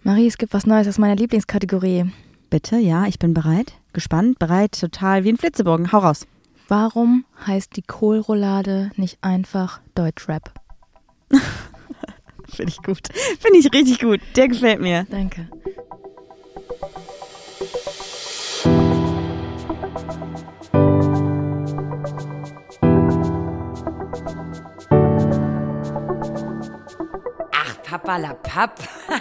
Marie, es gibt was Neues aus meiner Lieblingskategorie. Bitte, ja, ich bin bereit. Gespannt, bereit, total wie ein Flitzebogen. Hau raus. Warum heißt die Kohlroulade nicht einfach Deutschrap? Finde ich gut. Finde ich richtig gut. Der gefällt mir. Danke. Ach, Papperlapapp.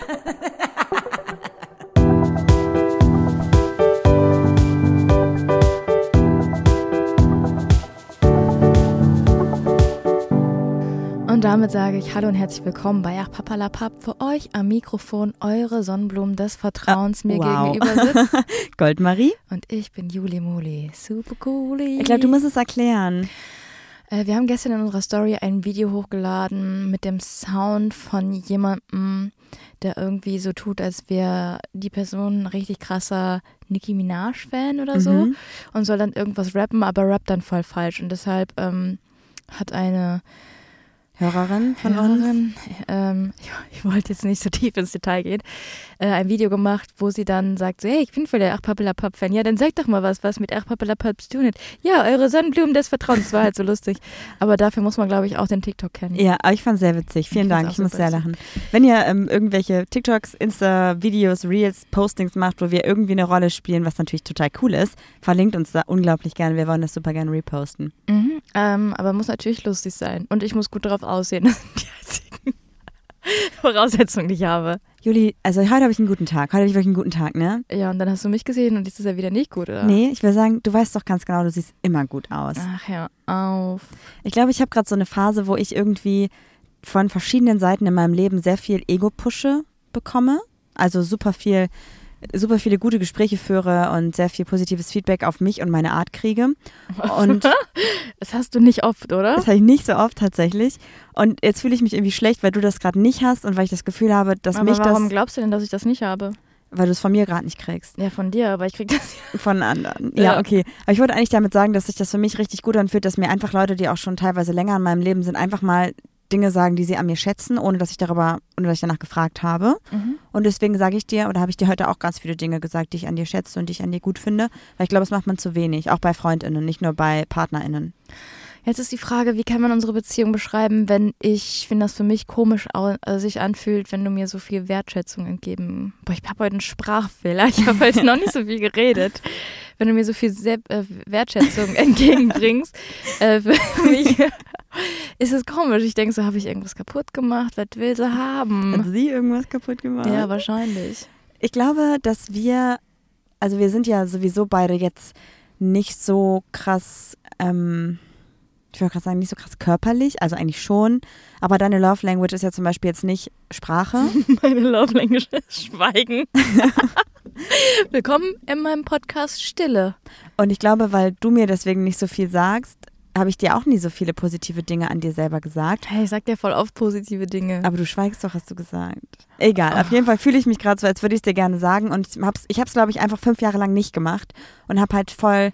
Und damit sage ich Hallo und herzlich willkommen bei Ach Papperlapapp. Für euch am Mikrofon eure Sonnenblumen des Vertrauens mir gegenüber sitzt. Goldmarie. Und ich bin Juli Muli. Super cooli. Ich glaube, du musst es erklären. Wir haben gestern in unserer Story ein Video hochgeladen mit dem Sound von jemandem, der irgendwie so tut, als wäre die Person ein richtig krasser Nicki Minaj-Fan oder so und soll dann irgendwas rappen, aber rappt dann voll falsch. Und deshalb hat eine Hörerin von uns. Ich wollte jetzt nicht so tief ins Detail gehen, ein Video gemacht, wo sie dann sagt, so, hey, ich bin voll der Ach Papperlapapp-Fan. Ja, dann sag doch mal was mit Ach Papperlapapp zu tun hat. Ja, eure Sonnenblumen des Vertrauens. Das war halt so lustig. Aber dafür muss man, glaube ich, auch den TikTok kennen. Ja, aber ich fand es sehr witzig. Vielen Dank, ich muss sehr lachen. Wenn ihr irgendwelche TikToks, Insta-Videos, Reels, Postings macht, wo wir irgendwie eine Rolle spielen, was natürlich total cool ist, verlinkt uns da unglaublich gerne. Wir wollen das super gerne reposten. Aber muss natürlich lustig sein. Und ich muss gut darauf aussehen. Das sind die einzigen Voraussetzungen, die ich habe. Juli, also heute habe ich einen guten Tag. Heute habe ich wirklich einen guten Tag, ne? Ja, und dann hast du mich gesehen und jetzt ist er wieder nicht gut, oder? Nee, ich will sagen, du weißt doch ganz genau, du siehst immer gut aus. Ach, hör auf. Ich glaube, ich habe gerade so eine Phase, wo ich irgendwie von verschiedenen Seiten in meinem Leben sehr viel Ego-Pushe bekomme. Also super viele gute Gespräche führe und sehr viel positives Feedback auf mich und meine Art kriege. Und das hast du nicht oft, oder? Das habe ich nicht so oft tatsächlich. Und jetzt fühle ich mich irgendwie schlecht, weil du das gerade nicht hast und weil ich das Gefühl habe, dass aber mich das... warum glaubst du denn, dass ich das nicht habe? Weil du es von mir gerade nicht kriegst. Ja, von dir, aber ich krieg das ja. Von anderen. Ja, okay. Aber ich wollte eigentlich damit sagen, dass sich das für mich richtig gut anfühlt, dass mir einfach Leute, die auch schon teilweise länger in meinem Leben sind, einfach mal Dinge sagen, die sie an mir schätzen, ohne dass ich danach gefragt habe. Und deswegen sage ich dir, oder habe ich dir heute auch ganz viele Dinge gesagt, die ich an dir schätze und die ich an dir gut finde, weil ich glaube, das macht man zu wenig, auch bei FreundInnen, nicht nur bei PartnerInnen. Jetzt ist die Frage, wie kann man unsere Beziehung beschreiben, wenn das für mich komisch sich anfühlt, wenn du mir so viel Wertschätzung entgeben. Boah, ich habe heute einen Sprachfehler, ich habe heute noch nicht so viel geredet. Wenn du mir so viel Wertschätzung entgegenbringst, für mich ist es komisch. Ich denke so, habe ich irgendwas kaputt gemacht? Was will sie haben? Hat sie irgendwas kaputt gemacht? Ja, wahrscheinlich. Ich glaube, dass wir sind ja sowieso beide jetzt nicht so krass, ich wollte gerade sagen, nicht so krass körperlich, also eigentlich schon, aber deine Love Language ist ja zum Beispiel jetzt nicht Sprache. Meine Love Language ist Schweigen. Willkommen in meinem Podcast Stille. Und ich glaube, weil du mir deswegen nicht so viel sagst, habe ich dir auch nie so viele positive Dinge an dir selber gesagt. Hey, ich sag dir voll oft positive Dinge. Aber du schweigst doch, hast du gesagt. Egal, auf jeden Fall fühle ich mich gerade so, als würde ich es dir gerne sagen. Und ich habe es, glaube ich, einfach 5 Jahre lang nicht gemacht und habe halt voll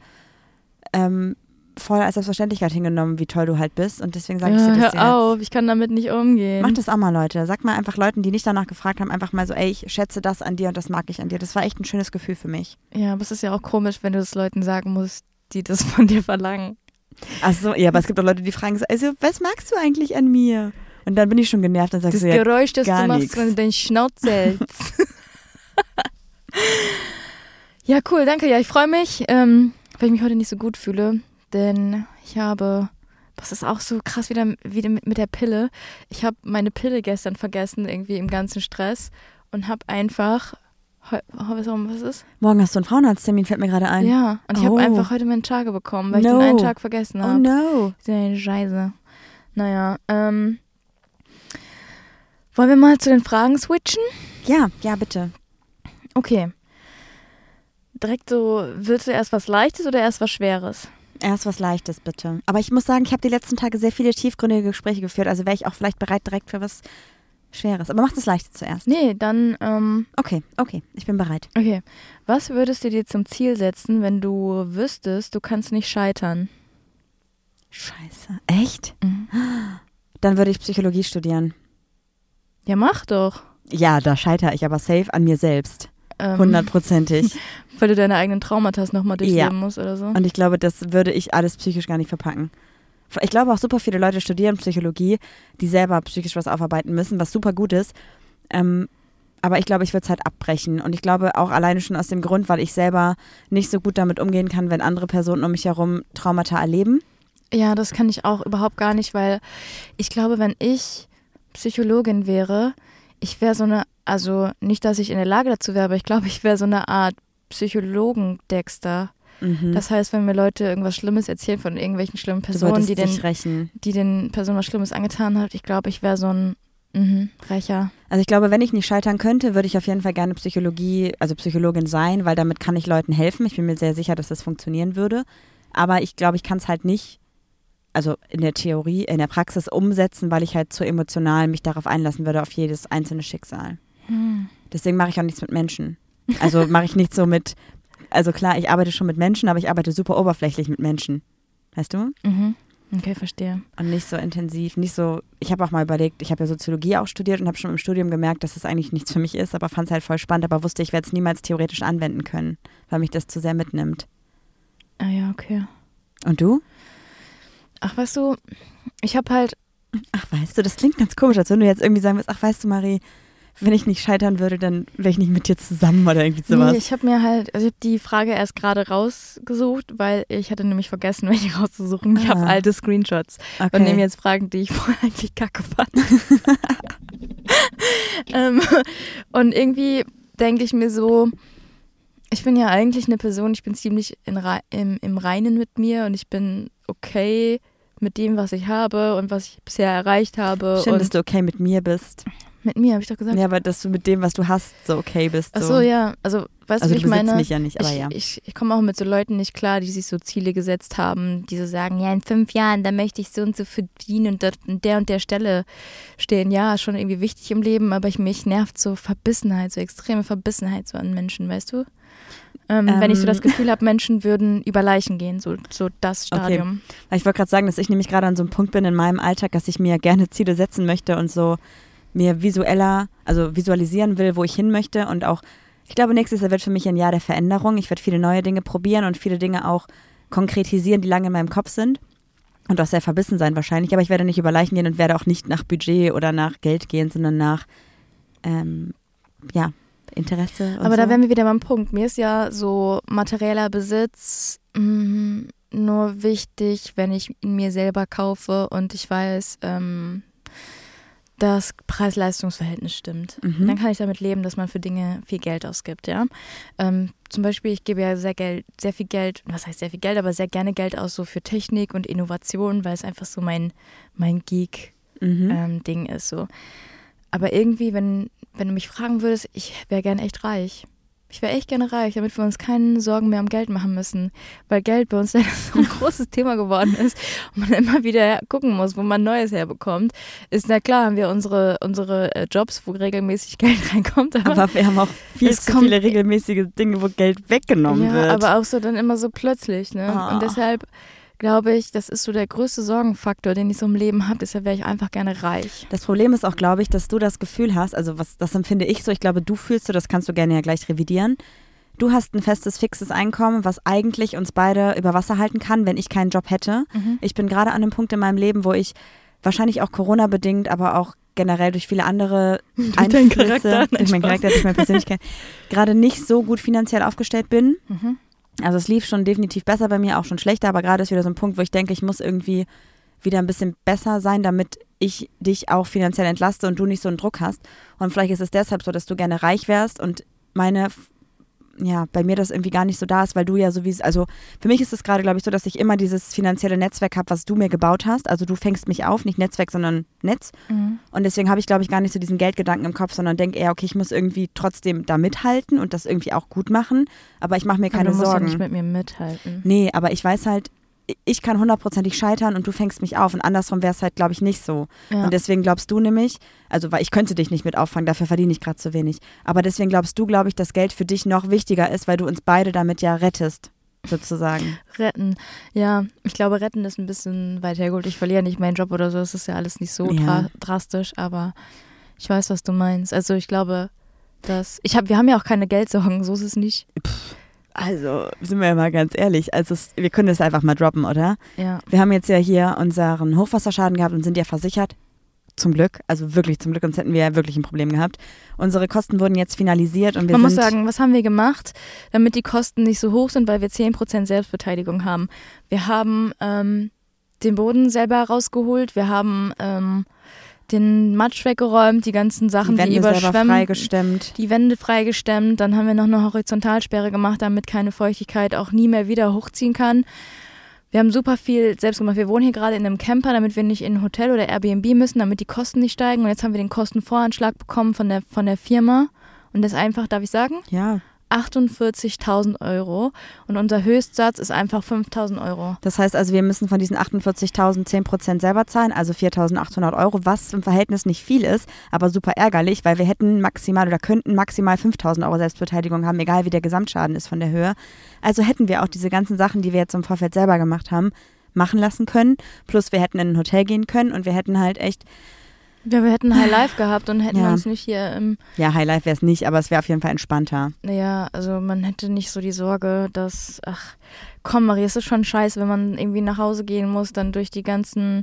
als Selbstverständlichkeit hingenommen, wie toll du halt bist. Und deswegen sage ich dir das jetzt. Hör auf, ich kann damit nicht umgehen. Mach das auch mal, Leute. Sag mal einfach Leuten, die nicht danach gefragt haben, einfach mal so, ey, ich schätze das an dir und das mag ich an dir. Das war echt ein schönes Gefühl für mich. Ja, aber es ist ja auch komisch, wenn du es Leuten sagen musst, die das von dir verlangen. Ach so, ja, aber es gibt auch Leute, die fragen so, also, was magst du eigentlich an mir? Und dann bin ich schon genervt und sage so, das Geräusch, das du machst, wenn du deinen Schnauze hältst. Ja, cool, danke. Ja, ich freue mich, weil ich mich heute nicht so gut fühle, denn ich habe, das ist auch so krass wieder mit der Pille. Ich habe meine Pille gestern vergessen, irgendwie im ganzen Stress und habe einfach, was ist? Morgen hast du einen Frauenarzttermin, fällt mir gerade ein. Ja, und ich habe einfach heute meinen Tage bekommen, weil ich den einen Tag vergessen habe. Oh no. Das ist ja eine Scheiße. Naja, wollen wir mal zu den Fragen switchen? Ja, bitte. Okay. Direkt so, willst du erst was Leichtes oder erst was Schweres? Erst was Leichtes, bitte. Aber ich muss sagen, ich habe die letzten Tage sehr viele tiefgründige Gespräche geführt, also wäre ich auch vielleicht bereit direkt für was Schweres. Aber mach das Leichte zuerst. Nee, dann, Okay, ich bin bereit. Okay. Was würdest du dir zum Ziel setzen, wenn du wüsstest, du kannst nicht scheitern? Scheiße. Echt? Dann würde ich Psychologie studieren. Ja, mach doch. Ja, da scheitere ich aber safe an mir selbst. 100%. Weil du deine eigenen Traumata nochmal durchleben musst oder so. Und ich glaube, das würde ich alles psychisch gar nicht verpacken. Ich glaube auch super viele Leute studieren Psychologie, die selber psychisch was aufarbeiten müssen, was super gut ist. Aber ich glaube, ich würde es halt abbrechen. Und ich glaube auch alleine schon aus dem Grund, weil ich selber nicht so gut damit umgehen kann, wenn andere Personen um mich herum Traumata erleben. Ja, das kann ich auch überhaupt gar nicht, weil ich glaube, wenn ich Psychologin wäre, ich wäre so eine, also nicht, dass ich in der Lage dazu wäre, aber ich glaube, ich wäre so eine Art Psychologen-Dexter. Das heißt, wenn mir Leute irgendwas Schlimmes erzählen von irgendwelchen schlimmen Personen, die den Personen was Schlimmes angetan hat, ich glaube, ich wäre so ein Rächer. Also ich glaube, wenn ich nicht scheitern könnte, würde ich auf jeden Fall gerne Psychologin sein, weil damit kann ich Leuten helfen. Ich bin mir sehr sicher, dass das funktionieren würde. Aber ich glaube, ich kann es halt nicht, also in der Theorie, in der Praxis umsetzen, weil ich halt zu emotional mich darauf einlassen würde, auf jedes einzelne Schicksal. Deswegen mache ich auch nichts mit Menschen. Also mache ich nicht so mit, also klar, ich arbeite schon mit Menschen, aber ich arbeite super oberflächlich mit Menschen. Weißt du? Okay, verstehe. Und nicht so intensiv, nicht so, ich habe auch mal überlegt, ich habe ja Soziologie auch studiert und habe schon im Studium gemerkt, dass das eigentlich nichts für mich ist, aber fand es halt voll spannend, aber wusste, ich werde es niemals theoretisch anwenden können, weil mich das zu sehr mitnimmt. Ah ja, okay. Und du? Ach, weißt du, ich habe halt... Ach, weißt du, das klingt ganz komisch, als wenn du jetzt irgendwie sagen würdest, ach, weißt du, Marie, wenn ich nicht scheitern würde, dann wäre ich nicht mit dir zusammen oder irgendwie sowas. Nee, ich habe die Frage erst gerade rausgesucht, weil ich hatte nämlich vergessen, welche rauszusuchen. Ich habe alte Screenshots und nehme jetzt Fragen, die ich vorher eigentlich kacke fand. Und irgendwie denke ich mir so, ich bin ja eigentlich eine Person, ich bin ziemlich im Reinen mit mir und ich bin okay mit dem, was ich habe und was ich bisher erreicht habe. Schön, dass du okay mit mir bist. Mit mir, habe ich doch gesagt. Ja, aber dass du mit dem, was du hast, so okay bist. So. Ach so, ja. Also, weißt du, wie ich meine? Mich ja nicht, aber ja. Ich komme auch mit so Leuten nicht klar, die sich so Ziele gesetzt haben, die so sagen, ja, in 5 Jahren, da möchte ich so und so verdienen und dort an der und der Stelle stehen. Ja, ist schon irgendwie wichtig im Leben, aber mich nervt so Verbissenheit, so extreme Verbissenheit so an Menschen, weißt du? Wenn ich so das Gefühl habe, Menschen würden über Leichen gehen, so das Stadium. Okay. Ich wollte gerade sagen, dass ich nämlich gerade an so einem Punkt bin in meinem Alltag, dass ich mir gerne Ziele setzen möchte und so mir visualisieren will, wo ich hin möchte und auch, ich glaube, nächstes Jahr wird für mich ein Jahr der Veränderung. Ich werde viele neue Dinge probieren und viele Dinge auch konkretisieren, die lange in meinem Kopf sind und auch sehr verbissen sein wahrscheinlich, aber ich werde nicht über Leichen gehen und werde auch nicht nach Budget oder nach Geld gehen, sondern nach, Interesse und aber so. Da wären wir wieder beim Punkt. Mir ist ja so materieller Besitz nur wichtig, wenn ich ihn mir selber kaufe und ich weiß, das Preis-Leistungs-Verhältnis stimmt. Dann kann ich damit leben, dass man für Dinge viel Geld ausgibt, ja. Zum Beispiel, ich gebe ja sehr viel Geld, was heißt sehr viel Geld, aber sehr gerne Geld aus so für Technik und Innovation, weil es einfach so mein Geek-Ding ist, so. Aber irgendwie, wenn du mich fragen würdest, ich wäre gern echt reich. Ich wäre echt gerne reich, damit wir uns keine Sorgen mehr um Geld machen müssen. Weil Geld bei uns leider so ein großes Thema geworden ist und man immer wieder gucken muss, wo man Neues herbekommt. Ist na klar, haben wir unsere Jobs, wo regelmäßig Geld reinkommt. Aber wir haben auch viel zu viele regelmäßige Dinge, wo Geld weggenommen wird. Ja, aber auch so dann immer so plötzlich. Ne? Oh. Und deshalb glaube ich, das ist so der größte Sorgenfaktor, den ich so im Leben habe. Deshalb wäre ich einfach gerne reich. Das Problem ist auch, glaube ich, dass du das Gefühl hast, also das empfinde ich so, ich glaube, du fühlst so, das kannst du gerne ja gleich revidieren. Du hast ein festes, fixes Einkommen, was eigentlich uns beide über Wasser halten kann, wenn ich keinen Job hätte. Ich bin gerade an einem Punkt in meinem Leben, wo ich wahrscheinlich auch Corona-bedingt, aber auch generell durch viele andere Einflüsse, durch meinen Charakter, durch meine Persönlichkeit, gerade nicht so gut finanziell aufgestellt bin. Also es lief schon definitiv besser bei mir, auch schon schlechter, aber gerade ist wieder so ein Punkt, wo ich denke, ich muss irgendwie wieder ein bisschen besser sein, damit ich dich auch finanziell entlaste und du nicht so einen Druck hast. Und vielleicht ist es deshalb so, dass du gerne reich wärst und bei mir das irgendwie gar nicht so da ist, weil du ja also für mich ist es gerade, glaube ich, so, dass ich immer dieses finanzielle Netzwerk habe, was du mir gebaut hast. Also du fängst mich auf, nicht Netzwerk, sondern Netz. Und deswegen habe ich, glaube ich, gar nicht so diesen Geldgedanken im Kopf, sondern denke eher, okay, ich muss irgendwie trotzdem da mithalten und das irgendwie auch gut machen. Aber ich mache mir keine Sorgen. Du musst ja nicht mit mir mithalten. Nee, aber ich weiß halt, ich kann 100%ig scheitern und du fängst mich auf und andersrum wäre es halt, glaube ich, nicht so. Ja. Und deswegen glaubst du nämlich, also weil ich könnte dich nicht mit auffangen, dafür verdiene ich gerade zu wenig, aber deswegen glaubst du, glaube ich, dass Geld für dich noch wichtiger ist, weil du uns beide damit ja rettest, sozusagen. Retten, ja, ich glaube, retten ist ein bisschen weit hergeholt. Ich verliere nicht meinen Job oder so, das ist ja alles nicht so drastisch, aber Ich weiß, was du meinst. Also ich glaube, wir haben ja auch keine Geldsorgen, so ist es nicht. Also, sind wir ja mal ganz ehrlich, wir können das einfach mal droppen, oder? Ja. Wir haben jetzt ja hier unseren Hochwasserschaden gehabt und sind ja versichert. Zum Glück, also wirklich zum Glück, sonst hätten wir ja wirklich ein Problem gehabt. Unsere Kosten wurden jetzt finalisiert und Man muss sagen, was haben wir gemacht, damit die Kosten nicht so hoch sind, weil wir 10% Selbstbeteiligung haben. Wir haben den Boden selber rausgeholt, wir haben den Matsch weggeräumt, die ganzen Sachen, die überschwemmen, die Wände freigestemmt, dann haben wir noch eine Horizontalsperre gemacht, damit keine Feuchtigkeit auch nie mehr wieder hochziehen kann. Wir haben super viel selbst gemacht. Wir wohnen hier gerade in einem Camper, damit wir nicht in ein Hotel oder Airbnb müssen, damit die Kosten nicht steigen. Und jetzt haben wir den Kostenvoranschlag bekommen von der Firma. Und das ist einfach, darf ich sagen? Ja. 48.000 Euro. Und unser Höchstsatz ist einfach 5.000 Euro. Das heißt also, wir müssen von diesen 48.000 10% selber zahlen, also 4.800 Euro, was im Verhältnis nicht viel ist, aber super ärgerlich, weil wir könnten maximal 5.000 Euro Selbstbeteiligung haben, egal wie der Gesamtschaden ist von der Höhe. Also hätten wir auch diese ganzen Sachen, die wir jetzt im Vorfeld selber gemacht haben, machen lassen können. Plus wir hätten in ein Hotel gehen können und wir hätten halt echt... Ja, wir hätten High Life gehabt und hätten uns nicht hier Ja, High Life wäre es nicht, aber es wäre auf jeden Fall entspannter. Naja, also man hätte nicht so die Sorge, dass, komm Marie, es ist schon scheiße, wenn man irgendwie nach Hause gehen muss, dann durch die ganzen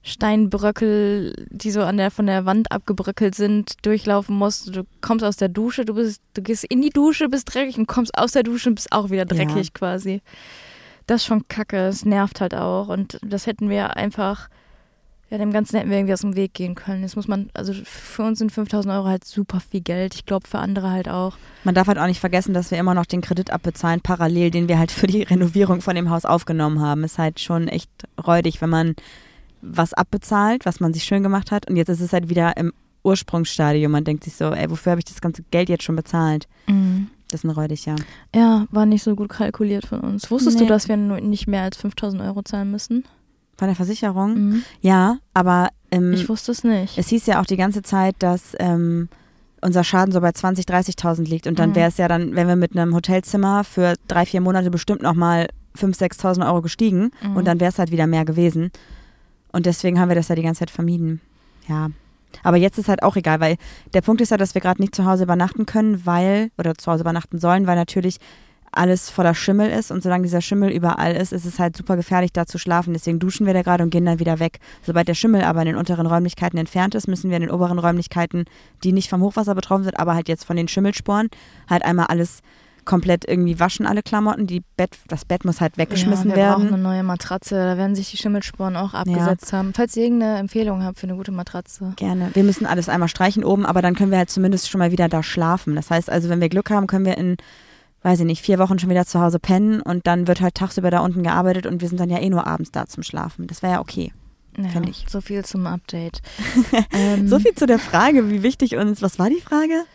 Steinbröckel, die so von der Wand abgebröckelt sind, durchlaufen musst. Du kommst aus der Dusche, du gehst in die Dusche, bist dreckig und kommst aus der Dusche und bist auch wieder dreckig quasi. Das ist schon kacke, es nervt halt auch und das hätten wir einfach... Ja, dem Ganzen hätten wir irgendwie aus dem Weg gehen können. Jetzt muss man, also für uns sind 5.000 Euro halt super viel Geld. Ich glaube, für andere halt auch. Man darf halt auch nicht vergessen, dass wir immer noch den Kredit abbezahlen, parallel, den wir halt für die Renovierung von dem Haus aufgenommen haben. Ist halt schon echt räudig, wenn man was abbezahlt, was man sich schön gemacht hat. Und jetzt ist es halt wieder im Ursprungsstadium. Man denkt sich so, ey, wofür habe ich das ganze Geld jetzt schon bezahlt? Mhm. Das ist ein räudig, ja. Ja, war nicht so gut kalkuliert von uns. Wusstest du, dass wir nicht mehr als 5.000 Euro zahlen müssen? Von der Versicherung? Mhm. Ja, aber ich wusste es nicht. Es hieß ja auch die ganze Zeit, dass unser Schaden so bei 20.000, 30.000 liegt und dann wäre es ja dann, wenn wir mit einem Hotelzimmer für 3-4 Monate bestimmt nochmal 5.000, 6.000 Euro gestiegen und dann wäre es halt wieder mehr gewesen und deswegen haben wir das ja die ganze Zeit vermieden. Ja, aber jetzt ist halt auch egal, weil der Punkt ist ja, dass wir gerade nicht zu Hause übernachten können, oder zu Hause übernachten sollen, weil natürlich alles voller Schimmel ist und solange dieser Schimmel überall ist es halt super gefährlich, da zu schlafen. Deswegen duschen wir da gerade und gehen dann wieder weg. Sobald der Schimmel aber in den unteren Räumlichkeiten entfernt ist, müssen wir in den oberen Räumlichkeiten, die nicht vom Hochwasser betroffen sind, aber halt jetzt von den Schimmelsporen, halt einmal alles komplett irgendwie waschen, alle Klamotten. Das Bett muss halt weggeschmissen werden. Wir brauchen eine neue Matratze, da werden sich die Schimmelsporen auch abgesetzt haben. Falls ihr irgendeine Empfehlung habt für eine gute Matratze. Gerne. Wir müssen alles einmal streichen oben, aber dann können wir halt zumindest schon mal wieder da schlafen. Das heißt also, wenn wir Glück haben, können wir in weiß ich nicht, 4 Wochen schon wieder zu Hause pennen und dann wird halt tagsüber da unten gearbeitet und wir sind dann ja eh nur abends da zum Schlafen. Das wäre ja okay, finde ich. So viel zum Update. So viel zu der Frage, wie wichtig uns, was war die Frage?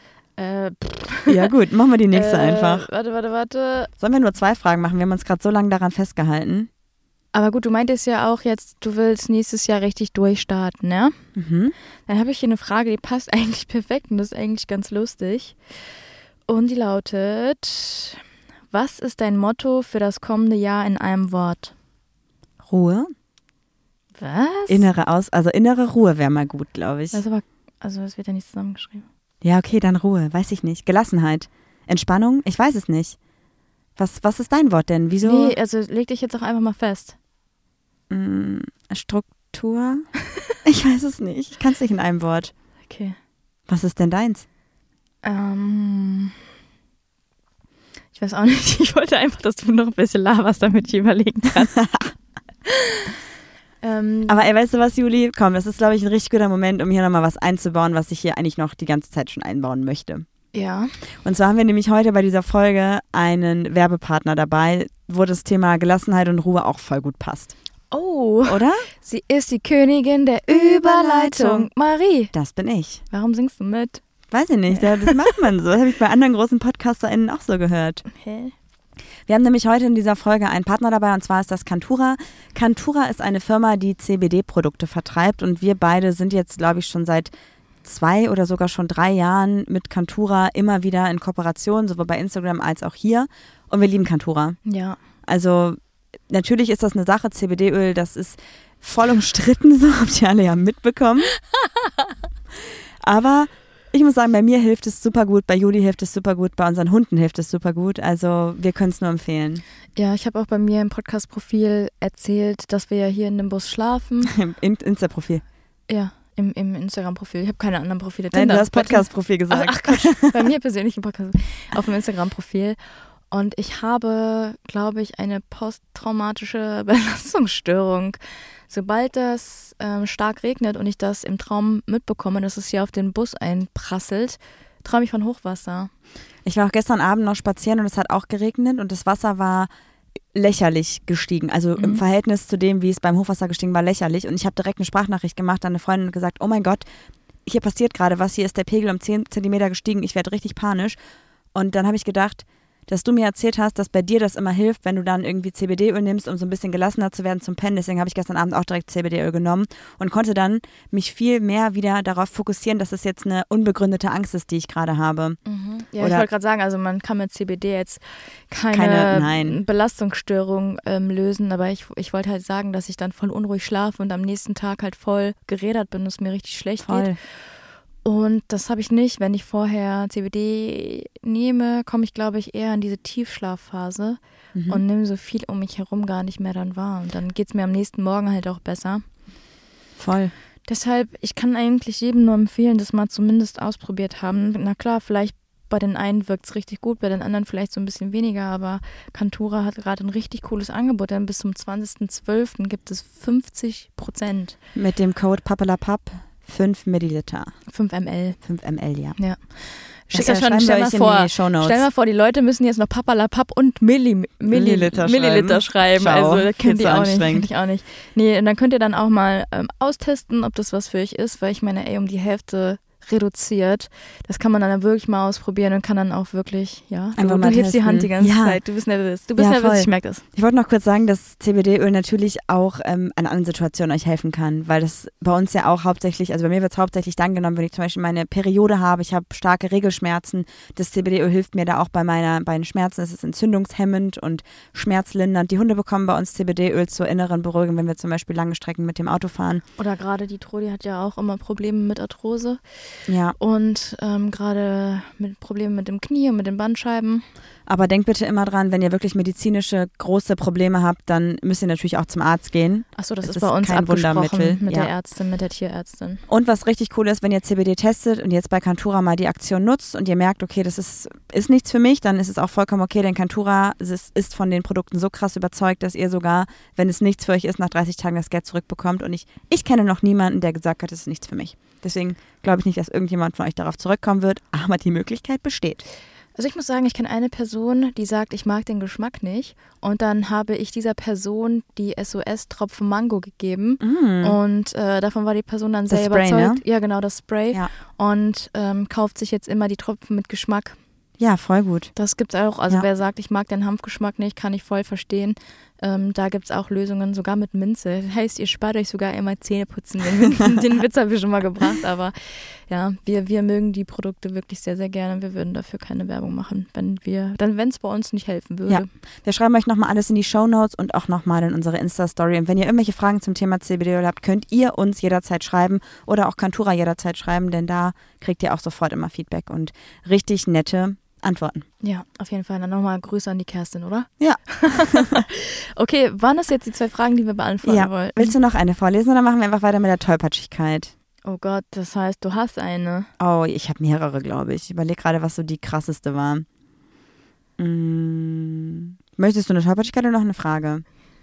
Ja gut, machen wir die nächste einfach. Warte. Sollen wir nur 2 Fragen machen? Wir haben uns gerade so lange daran festgehalten. Aber gut, du meintest ja auch jetzt, du willst nächstes Jahr richtig durchstarten, ne? Mhm. Dann habe ich hier eine Frage, die passt eigentlich perfekt und das ist eigentlich ganz lustig. Und die lautet, was ist dein Motto für das kommende Jahr in einem Wort? Ruhe. Was? Innere Ruhe wäre mal gut, glaube ich. Das wird ja nicht zusammengeschrieben. Ja, okay, dann Ruhe, weiß ich nicht. Gelassenheit. Entspannung? Ich weiß es nicht. Was ist dein Wort denn? Wieso? Nee, also leg dich jetzt auch einfach mal fest. Struktur? Ich weiß es nicht. Ich kann es nicht in einem Wort. Okay. Was ist denn deins? Ich weiß auch nicht. Ich wollte einfach, dass du noch ein bisschen laberst, damit ich überlegen kann. Aber ey, weißt du was, Juli? Komm, das ist, glaube ich, ein richtig guter Moment, um hier nochmal was einzubauen, was ich hier eigentlich noch die ganze Zeit schon einbauen möchte. Ja. Und zwar haben wir nämlich heute bei dieser Folge einen Werbepartner dabei, wo das Thema Gelassenheit und Ruhe auch voll gut passt. Oh. Oder? Sie ist die Königin der Überleitung. Marie. Das bin ich. Warum singst du mit? Weiß ich nicht, das macht man so. Das habe ich bei anderen großen PodcasterInnen auch so gehört. Okay. Wir haben nämlich heute in dieser Folge einen Partner dabei und zwar ist das Cantura. Cantura ist eine Firma, die CBD-Produkte vertreibt und wir beide sind jetzt, glaube ich, schon seit 2 oder sogar schon 3 Jahren mit Cantura immer wieder in Kooperation, sowohl bei Instagram als auch hier und wir lieben Cantura. Ja. Also natürlich ist das eine Sache, CBD-Öl, das ist voll umstritten, so habt ihr alle ja mitbekommen. Aber ich muss sagen, bei mir hilft es super gut, bei Juli hilft es super gut, bei unseren Hunden hilft es super gut. Also wir können es nur empfehlen. Ja, ich habe auch bei mir im Podcast-Profil erzählt, dass wir ja hier in dem Bus schlafen. Im Insta-Profil. Ja, im Instagram-Profil. Ich habe keine anderen Profile. Nein, du hast Podcast-Profil gesagt. Ach Gott, bei mir persönlich im Podcast, auf dem Instagram-Profil. Und ich habe, glaube ich, eine posttraumatische Belastungsstörung. Sobald das stark regnet und ich das im Traum mitbekomme, dass es hier auf den Bus einprasselt, träume ich von Hochwasser. Ich war auch gestern Abend noch spazieren und es hat auch geregnet und das Wasser war lächerlich gestiegen. Also im Verhältnis zu dem, wie es beim Hochwasser gestiegen war, lächerlich. Und ich habe direkt eine Sprachnachricht gemacht an eine Freundin und gesagt, oh mein Gott, hier passiert gerade was, hier ist der Pegel um 10 Zentimeter gestiegen, ich werde richtig panisch. Und dann habe ich gedacht, dass du mir erzählt hast, dass bei dir das immer hilft, wenn du dann irgendwie CBD-Öl nimmst, um so ein bisschen gelassener zu werden zum Pennen. Deswegen habe ich gestern Abend auch direkt CBD-Öl genommen und konnte dann mich viel mehr wieder darauf fokussieren, dass es jetzt eine unbegründete Angst ist, die ich gerade habe. Ja, ich wollte gerade sagen, also man kann mit CBD jetzt keine Belastungsstörung lösen, aber ich wollte halt sagen, dass ich dann voll unruhig schlafe und am nächsten Tag halt voll gerädert bin und es mir richtig schlecht geht. Und das habe ich nicht. Wenn ich vorher CBD nehme, komme ich, glaube ich, eher in diese Tiefschlafphase und nehme so viel um mich herum gar nicht mehr dann wahr. Und dann geht es mir am nächsten Morgen halt auch besser. Voll. Deshalb, ich kann eigentlich jedem nur empfehlen, das mal zumindest ausprobiert haben. Na klar, vielleicht bei den einen wirkt es richtig gut, bei den anderen vielleicht so ein bisschen weniger, aber Cantura hat gerade ein richtig cooles Angebot, denn bis zum 20.12. gibt es 50%. Mit dem Code PAPPELAPAP 5 Milliliter. 5 ml. 5 ml, ja. Stell mal vor, die Leute müssen jetzt noch Papalapap und Milliliter schreiben. Schau, also das könnt ihr auch anstrengend. nicht. Nee, und dann könnt ihr dann auch mal austesten, ob das was für euch ist, weil ich meine, um die Hälfte reduziert. Das kann man dann wirklich mal ausprobieren und kann dann auch wirklich, einfach mal hebst die Hand die ganze Zeit. Du bist nervös. Ich merke das. Ich wollte noch kurz sagen, dass CBD-Öl natürlich auch in anderen Situationen euch helfen kann, weil das bei uns ja auch hauptsächlich, also bei mir wird es hauptsächlich dann genommen, wenn ich zum Beispiel meine Periode habe, ich habe starke Regelschmerzen. Das CBD-Öl hilft mir da auch bei den Schmerzen. Es ist entzündungshemmend und schmerzlindernd. Die Hunde bekommen bei uns CBD-Öl zur inneren Beruhigung, wenn wir zum Beispiel lange Strecken mit dem Auto fahren. Oder gerade die Trudi hat ja auch immer Probleme mit Arthrose. Ja. Und gerade mit Problemen mit dem Knie und mit den Bandscheiben. Aber denkt bitte immer dran, wenn ihr wirklich medizinische große Probleme habt, dann müsst ihr natürlich auch zum Arzt gehen. Achso, das ist bei uns kein Wundermittel mit der Ärztin, mit der Tierärztin. Und was richtig cool ist, wenn ihr CBD testet und jetzt bei Cantura mal die Aktion nutzt und ihr merkt, okay, das ist nichts für mich, dann ist es auch vollkommen okay, denn Cantura ist von den Produkten so krass überzeugt, dass ihr sogar, wenn es nichts für euch ist, nach 30 Tagen das Geld zurückbekommt. Und ich kenne noch niemanden, der gesagt hat, es ist nichts für mich. Deswegen glaube ich nicht, dass irgendjemand von euch darauf zurückkommen wird, aber die Möglichkeit besteht. Also ich muss sagen, ich kenne eine Person, die sagt, ich mag den Geschmack nicht. Und dann habe ich dieser Person die SOS-Tropfen Mango gegeben. Und davon war die Person dann sehr überzeugt. Ne? Ja, genau, das Spray. Ja. Und kauft sich jetzt immer die Tropfen mit Geschmack. Ja, voll gut. Das gibt's auch. Also wer sagt, ich mag den Hanfgeschmack nicht, kann ich voll verstehen. Da gibt's auch Lösungen, sogar mit Minze. Das heißt, ihr spart euch sogar immer Zähne putzen. Den Witz habe ich schon mal gebracht. Aber ja, wir mögen die Produkte wirklich sehr, sehr gerne. Wir würden dafür keine Werbung machen, wenn es bei uns nicht helfen würde. Ja, wir schreiben euch nochmal alles in die Shownotes und auch nochmal in unsere Insta-Story. Und wenn ihr irgendwelche Fragen zum Thema CBD-Öl habt, könnt ihr uns jederzeit schreiben oder auch Cantura jederzeit schreiben, denn da kriegt ihr auch sofort immer Feedback und richtig nette Antworten. Ja, auf jeden Fall. Dann nochmal Grüße an die Kerstin, oder? Ja. Okay, waren das jetzt die 2 Fragen, die wir beantworten wollten? Willst du noch eine vorlesen oder machen wir einfach weiter mit der Tollpatschigkeit? Oh Gott, das heißt, du hast eine. Oh, ich habe mehrere, glaube ich. Ich überlege gerade, was so die krasseste war. Möchtest du eine Tollpatschigkeit oder noch eine Frage?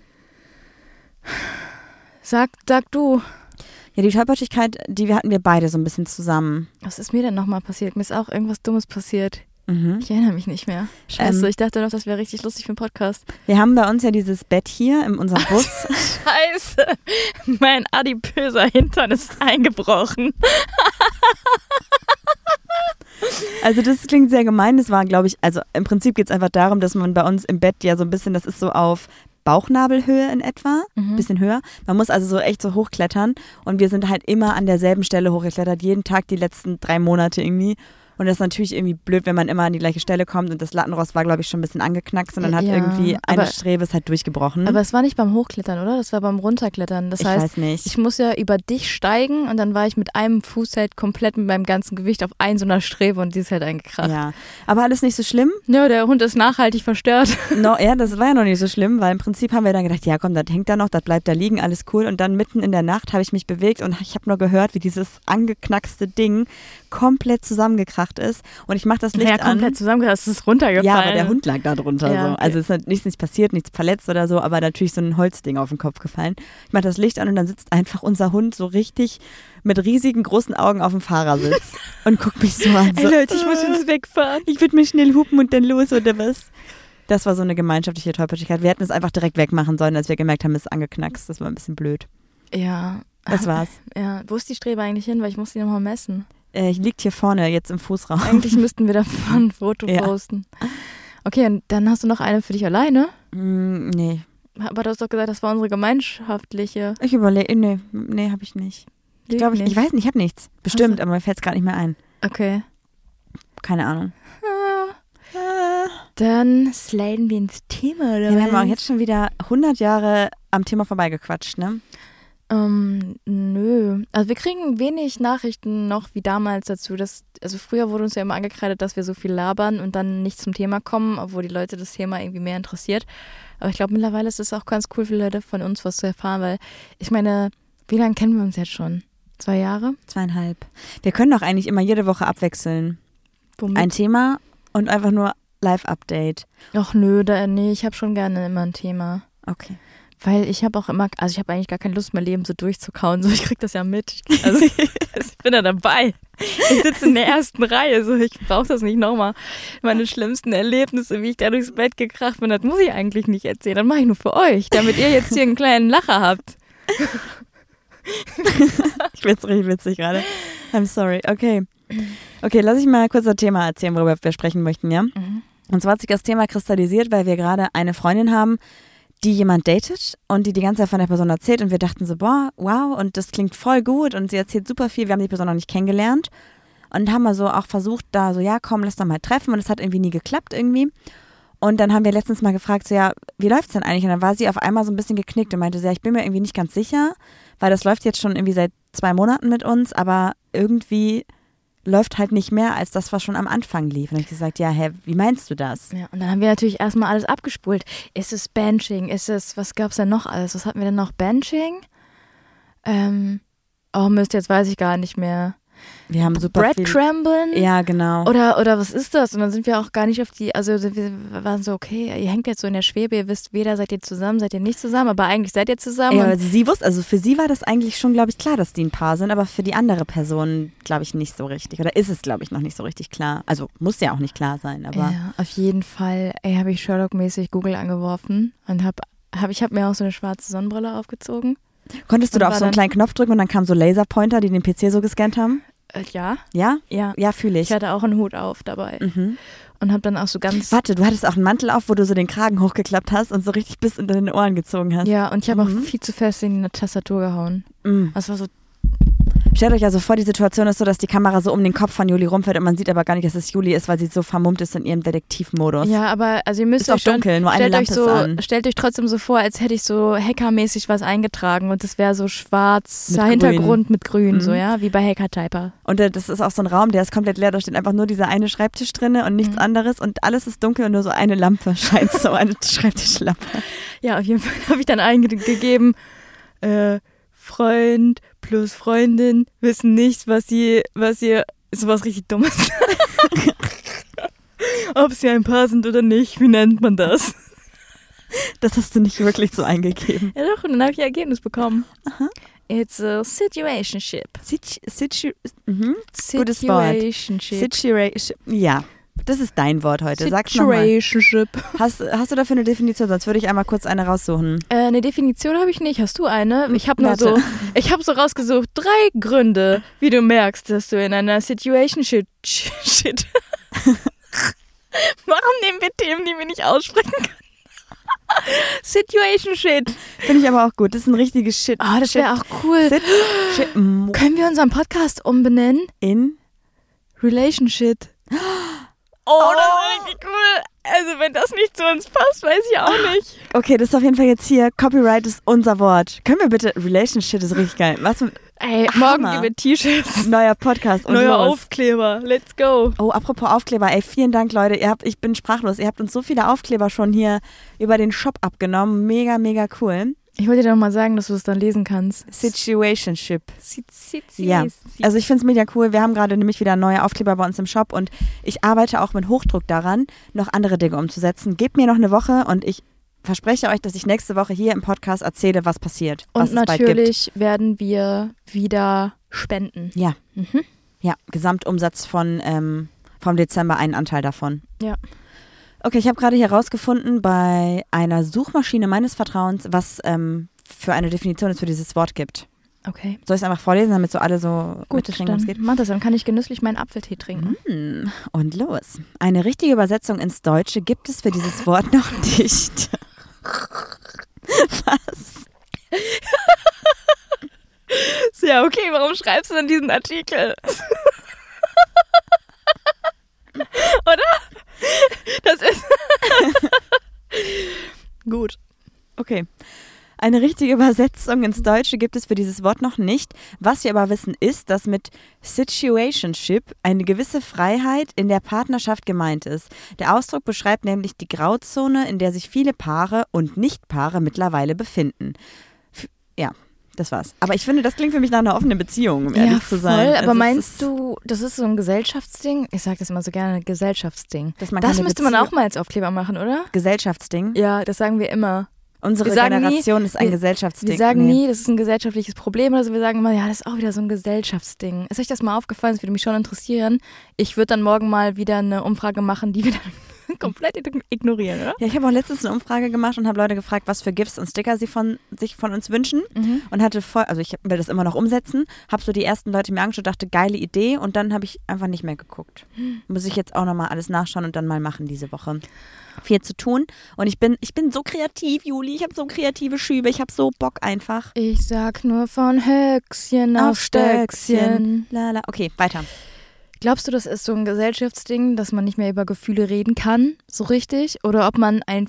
Sag du. Ja, die Tollpatschigkeit, hatten wir beide so ein bisschen zusammen. Was ist mir denn nochmal passiert? Mir ist auch irgendwas Dummes passiert. Ich erinnere mich nicht mehr. Scheiße, ich dachte doch, das wäre richtig lustig für einen Podcast. Wir haben bei uns ja dieses Bett hier in unserem Bus. Scheiße, mein adipöser Hintern ist eingebrochen. Also das klingt sehr gemein. Das war, glaube ich, also im Prinzip geht es einfach darum, dass man bei uns im Bett ja so ein bisschen, das ist so auf Bauchnabelhöhe in etwa, ein bisschen höher. Man muss also so echt so hochklettern und wir sind halt immer an derselben Stelle hochgeklettert, jeden Tag die letzten 3 Monate irgendwie. Und das ist natürlich irgendwie blöd, wenn man immer an die gleiche Stelle kommt und das Lattenrost war, glaube ich, schon ein bisschen angeknackst und dann hat irgendwie eine Strebe ist halt durchgebrochen. Aber es war nicht beim Hochklettern, oder? Das war beim Runterklettern. Das heißt, weiß nicht. Ich muss ja über dich steigen und dann war ich mit einem Fuß halt komplett mit meinem ganzen Gewicht auf so einer Strebe und die ist halt eingekracht. Ja, aber alles nicht so schlimm. Ja, der Hund ist nachhaltig verstört. Ja, das war ja noch nicht so schlimm, weil im Prinzip haben wir dann gedacht, ja komm, das hängt da noch, das bleibt da liegen, alles cool. Und dann mitten in der Nacht habe ich mich bewegt und ich habe nur gehört, wie dieses angeknackste Ding komplett zusammengekracht ist. Und ich mache das Licht an. Ja, komplett zusammengekracht, es ist runtergefallen. Ja, aber der Hund lag da drunter. Ja, so. okay. Also es ist nichts passiert, nichts verletzt oder so, aber natürlich so ein Holzding auf den Kopf gefallen. Ich mache das Licht an und dann sitzt einfach unser Hund so richtig mit riesigen, großen Augen auf dem Fahrersitz und guckt mich so an. So, Ey Leute, ich muss jetzt wegfahren. Ich würde mir schnell hupen und dann los oder was? Das war so eine gemeinschaftliche Tollpatschigkeit. Wir hätten es einfach direkt wegmachen sollen, als wir gemerkt haben, es ist angeknackst. Das war ein bisschen blöd. Ja. Das war's. Ja, wo ist die Strebe eigentlich hin? Weil ich muss die nochmal messen. Liegt hier vorne, jetzt im Fußraum. Eigentlich müssten wir davon ein Foto posten. Okay, und dann hast du noch eine für dich alleine? Nee. Aber du hast doch gesagt, das war unsere gemeinschaftliche. Ich überlege, nee, habe ich nicht. Ich glaube, ich weiß nicht, ich habe nichts. Bestimmt, aber mir fällt es gerade nicht mehr ein. Okay. Keine Ahnung. Dann sliden wir ins Thema, oder? Ja, wir haben auch jetzt schon wieder 100 Jahre am Thema vorbeigequatscht, ne? Nö. Also wir kriegen wenig Nachrichten noch wie damals dazu. Also früher wurde uns ja immer angekreidet, dass wir so viel labern und dann nicht zum Thema kommen, obwohl die Leute das Thema irgendwie mehr interessiert. Aber ich glaube, mittlerweile ist es auch ganz cool für Leute von uns, was zu erfahren, weil ich meine, wie lange kennen wir uns jetzt schon? 2 Jahre? 2,5. Wir können doch eigentlich immer jede Woche abwechseln. Womit? Ein Thema und einfach nur Live-Update. Ach nö, nee, ich habe schon gerne immer ein Thema. Okay. Weil ich habe auch immer, also ich habe eigentlich gar keine Lust, mein Leben so durchzukauen. So, ich krieg das ja mit. Also ich bin da dabei. Ich sitze in der ersten Reihe. So, ich brauche das nicht nochmal. Meine schlimmsten Erlebnisse, wie ich da durchs Bett gekracht bin, das muss ich eigentlich nicht erzählen. Das mache ich nur für euch, damit ihr jetzt hier einen kleinen Lacher habt. Ich find's richtig witzig gerade. I'm sorry. Okay, lass ich mal kurz das Thema erzählen, worüber wir sprechen möchten, ja? Mhm. Und zwar hat sich das Thema kristallisiert, weil wir gerade eine Freundin haben, die jemand datet und die ganze Zeit von der Person erzählt und wir dachten so, boah, wow, und das klingt voll gut und sie erzählt super viel, wir haben die Person noch nicht kennengelernt und haben mal so auch versucht, da so, ja komm, lass doch mal treffen und es hat irgendwie nie geklappt irgendwie und dann haben wir letztens mal gefragt, so ja, wie läuft's denn eigentlich und dann war sie auf einmal so ein bisschen geknickt und meinte so, ja, ich bin mir irgendwie nicht ganz sicher, weil das läuft jetzt schon irgendwie seit 2 Monaten mit uns, aber irgendwie läuft halt nicht mehr als das, was schon am Anfang lief. Und dann habe ich gesagt, ja, wie meinst du das? Ja, und dann haben wir natürlich erstmal alles abgespult. Ist es Benching? Was gab es denn noch alles? Was hatten wir denn noch? Benching? Mist, jetzt weiß ich gar nicht mehr. Wir haben super Breadcrumblen? Ja, genau. Oder was ist das? Und dann sind wir auch gar nicht auf die, also wir waren so, okay, ihr hängt jetzt so in der Schwebe, ihr wisst weder, seid ihr zusammen, seid ihr nicht zusammen, aber eigentlich seid ihr zusammen. Ja, aber sie wusste, also für sie war das eigentlich schon, glaube ich, klar, dass die ein Paar sind, aber für die andere Person, glaube ich, nicht so richtig. Oder ist es, glaube ich, noch nicht so richtig klar. Also muss ja auch nicht klar sein, aber. Ja, auf jeden Fall, habe ich Sherlock-mäßig Google angeworfen und ich hab mir auch so eine schwarze Sonnenbrille aufgezogen. Konntest du da auf so einen kleinen Knopf drücken und dann kamen so Laserpointer, die den PC so gescannt haben? Ja. Ja? Ja. Ja, fühle ich. Ich hatte auch einen Hut auf dabei. Mhm. Und habe dann auch so ganz... Warte, du hattest auch einen Mantel auf, wo du so den Kragen hochgeklappt hast und so richtig bis unter den Ohren gezogen hast. Ja, und ich habe auch viel zu fest in die Tastatur gehauen. Mhm. Das war so... Stellt euch also vor, die Situation ist so, dass die Kamera so um den Kopf von Juli rumfährt und man sieht aber gar nicht, dass es Juli ist, weil sie so vermummt ist in ihrem Detektivmodus. Ja, aber also ihr müsst ist euch auch dunkel, nur eine Lampe ist an. Stellt euch trotzdem so vor, als hätte ich so hackermäßig was eingetragen und das wäre so schwarzer Hintergrund mit grün, so, ja, wie bei Hacker-Typer. Und das ist auch so ein Raum, der ist komplett leer, da steht einfach nur dieser eine Schreibtisch drin und nichts anderes und alles ist dunkel und nur so eine Lampe scheint, so eine Schreibtischlampe. Ja, auf jeden Fall habe ich dann eingegeben, Freund plus Freundin wissen nicht, was ihr sowas richtig Dummes. Ob sie ein Paar sind oder nicht, wie nennt man das? Das hast du nicht wirklich so eingegeben. Ja doch, und dann habe ich ein Ergebnis bekommen. Aha. It's a situationship. Gutes Wort. Ja. Das ist dein Wort heute. Sag's nochmal. Hast du dafür eine Definition? Sonst würde ich einmal kurz eine raussuchen. Eine Definition habe ich nicht. Hast du eine? Ich habe so rausgesucht 3 Gründe, wie du merkst, dass du in einer Situationship Warum nehmen wir Themen, die wir nicht aussprechen können? Situationship. Finde ich aber auch gut. Das ist ein richtiges Shit. Das wäre auch cool. Können wir unseren Podcast umbenennen? In Relationship. Oh, das ist richtig cool. Also wenn das nicht zu uns passt, weiß ich auch nicht. Okay, das ist auf jeden Fall jetzt hier. Copyright ist unser Wort. Können wir bitte, Relationship ist richtig geil. Was? Ey, morgen gibt es T-Shirts. Neuer Podcast. Und neuer Aufkleber. Let's go. Oh, apropos Aufkleber. Ey, vielen Dank, Leute. Ich bin sprachlos. Ihr habt uns so viele Aufkleber schon hier über den Shop abgenommen. Mega, mega cool. Ich wollte dir doch mal sagen, dass du es dann lesen kannst. Situationship. Ja, also ich finde es mega cool. Wir haben gerade nämlich wieder neue Aufkleber bei uns im Shop und ich arbeite auch mit Hochdruck daran, noch andere Dinge umzusetzen. Gebt mir noch eine Woche und ich verspreche euch, dass ich nächste Woche hier im Podcast erzähle, was passiert. Und natürlich werden wir wieder spenden. Ja. Ja, Gesamtumsatz vom Dezember, einen Anteil davon. Ja. Okay, ich habe gerade hier rausgefunden bei einer Suchmaschine meines Vertrauens, was für eine Definition es für dieses Wort gibt. Okay. Soll ich es einfach vorlesen, damit so alle so gut kriegen, was geht? Mach das, dann kann ich genüsslich meinen Apfeltee trinken. Und los. Eine richtige Übersetzung ins Deutsche gibt es für dieses Wort noch nicht. Was? Ja, okay, warum schreibst du denn diesen Artikel? Oder? Das ist gut. Okay. Eine richtige Übersetzung ins Deutsche gibt es für dieses Wort noch nicht. Was wir aber wissen ist, dass mit Situationship eine gewisse Freiheit in der Partnerschaft gemeint ist. Der Ausdruck beschreibt nämlich die Grauzone, in der sich viele Paare und Nichtpaare mittlerweile befinden. Ja, das war's. Aber ich finde, das klingt für mich nach einer offenen Beziehung, um ehrlich zu sein. Voll, aber meinst du, das ist so ein Gesellschaftsding? Ich sage das immer so gerne, Gesellschaftsding. Das müsste man auch mal als Aufkleber machen, oder? Gesellschaftsding? Ja, das sagen wir immer. Unsere Generation ist ein Gesellschaftsding. Wir sagen nie, das ist ein gesellschaftliches Problem oder so. Wir sagen immer, ja, das ist auch wieder so ein Gesellschaftsding. Ist euch das mal aufgefallen? Das würde mich schon interessieren. Ich würde dann morgen mal wieder eine Umfrage machen, die wir dann komplett ignorieren, oder? Ja, ich habe auch letztens eine Umfrage gemacht und habe Leute gefragt, was für GIFs und Sticker sie sich von uns wünschen. Und hatte also ich will das immer noch umsetzen, habe so die ersten Leute mir angeschaut, dachte, geile Idee und dann habe ich einfach nicht mehr geguckt. Muss ich jetzt auch nochmal alles nachschauen und dann mal machen diese Woche. Viel zu tun und ich bin so kreativ, Juli, ich habe so kreative Schübe, ich habe so Bock einfach. Ich sag nur von Höchstchen auf Stöckchen. Lala. Okay, weiter. Glaubst du, das ist so ein Gesellschaftsding, dass man nicht mehr über Gefühle reden kann, so richtig? Oder ob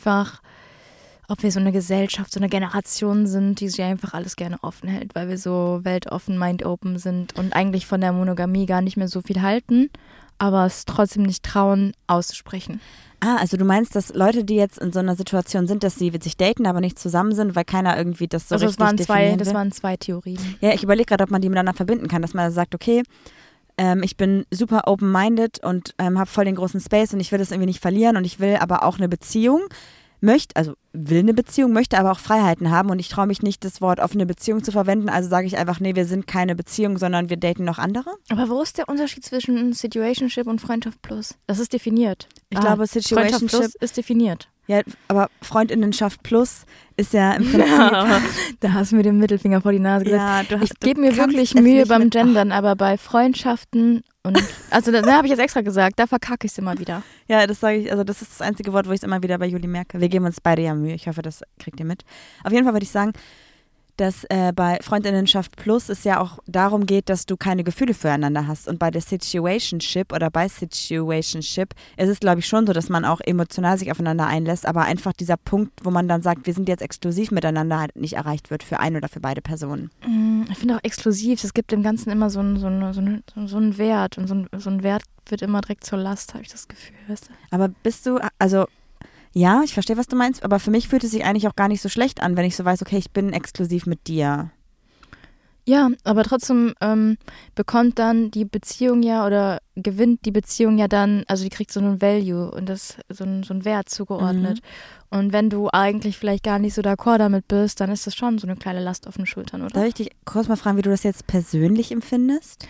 wir so eine Gesellschaft, so eine Generation sind, die sich einfach alles gerne offen hält, weil wir so weltoffen, mind-open sind und eigentlich von der Monogamie gar nicht mehr so viel halten, aber es trotzdem nicht trauen, auszusprechen? Also du meinst, dass Leute, die jetzt in so einer Situation sind, dass sie sich daten, aber nicht zusammen sind, weil keiner irgendwie das so richtig definieren will? Das waren zwei Theorien. Ja, ich überlege gerade, ob man die miteinander verbinden kann, dass man sagt, okay, ich bin super open-minded und habe voll den großen Space und ich will das irgendwie nicht verlieren und ich will aber auch eine Beziehung, will eine Beziehung, möchte aber auch Freiheiten haben und ich traue mich nicht, das Wort offene Beziehung zu verwenden, also sage ich einfach, nee, wir sind keine Beziehung, sondern wir daten noch andere. Aber wo ist der Unterschied zwischen Situationship und Freundschaft Plus? Das ist definiert. Ich glaube, Situationship Plus ist definiert. Ja, aber Freundinnenschaft Plus ist ja im Prinzip... Ja, da hast du mir den Mittelfinger vor die Nase gesetzt. Ja, ich gebe mir wirklich Mühe beim Gendern, aber bei Freundschaften und... Also da habe ich jetzt extra gesagt, da verkacke ich es immer wieder. Ja, das sage ich, also das ist das einzige Wort, wo ich es immer wieder bei Juli merke. Wir geben uns beide ja Mühe, ich hoffe, das kriegt ihr mit. Auf jeden Fall würde ich sagen, dass bei Freundinnenschaft Plus es ja auch darum geht, dass du keine Gefühle füreinander hast. Und bei der Situationship oder bei Situationship ist es, glaube ich, schon so, dass man auch emotional sich aufeinander einlässt, aber einfach dieser Punkt, wo man dann sagt, wir sind jetzt exklusiv miteinander, halt nicht erreicht wird für ein oder für beide Personen. Ich finde auch exklusiv, es gibt dem Ganzen immer so einen Wert und so ein Wert wird immer direkt zur Last, habe ich das Gefühl, weißt du? Aber bist du, also... Ja, ich verstehe, was du meinst, aber für mich fühlt es sich eigentlich auch gar nicht so schlecht an, wenn ich so weiß, okay, ich bin exklusiv mit dir. Ja, aber trotzdem bekommt dann die Beziehung ja oder gewinnt die Beziehung ja dann, also die kriegt so einen Value und das so einen Wert zugeordnet. Und wenn du eigentlich vielleicht gar nicht so d'accord damit bist, dann ist das schon so eine kleine Last auf den Schultern, oder? Darf ich dich kurz mal fragen, wie du das jetzt persönlich empfindest?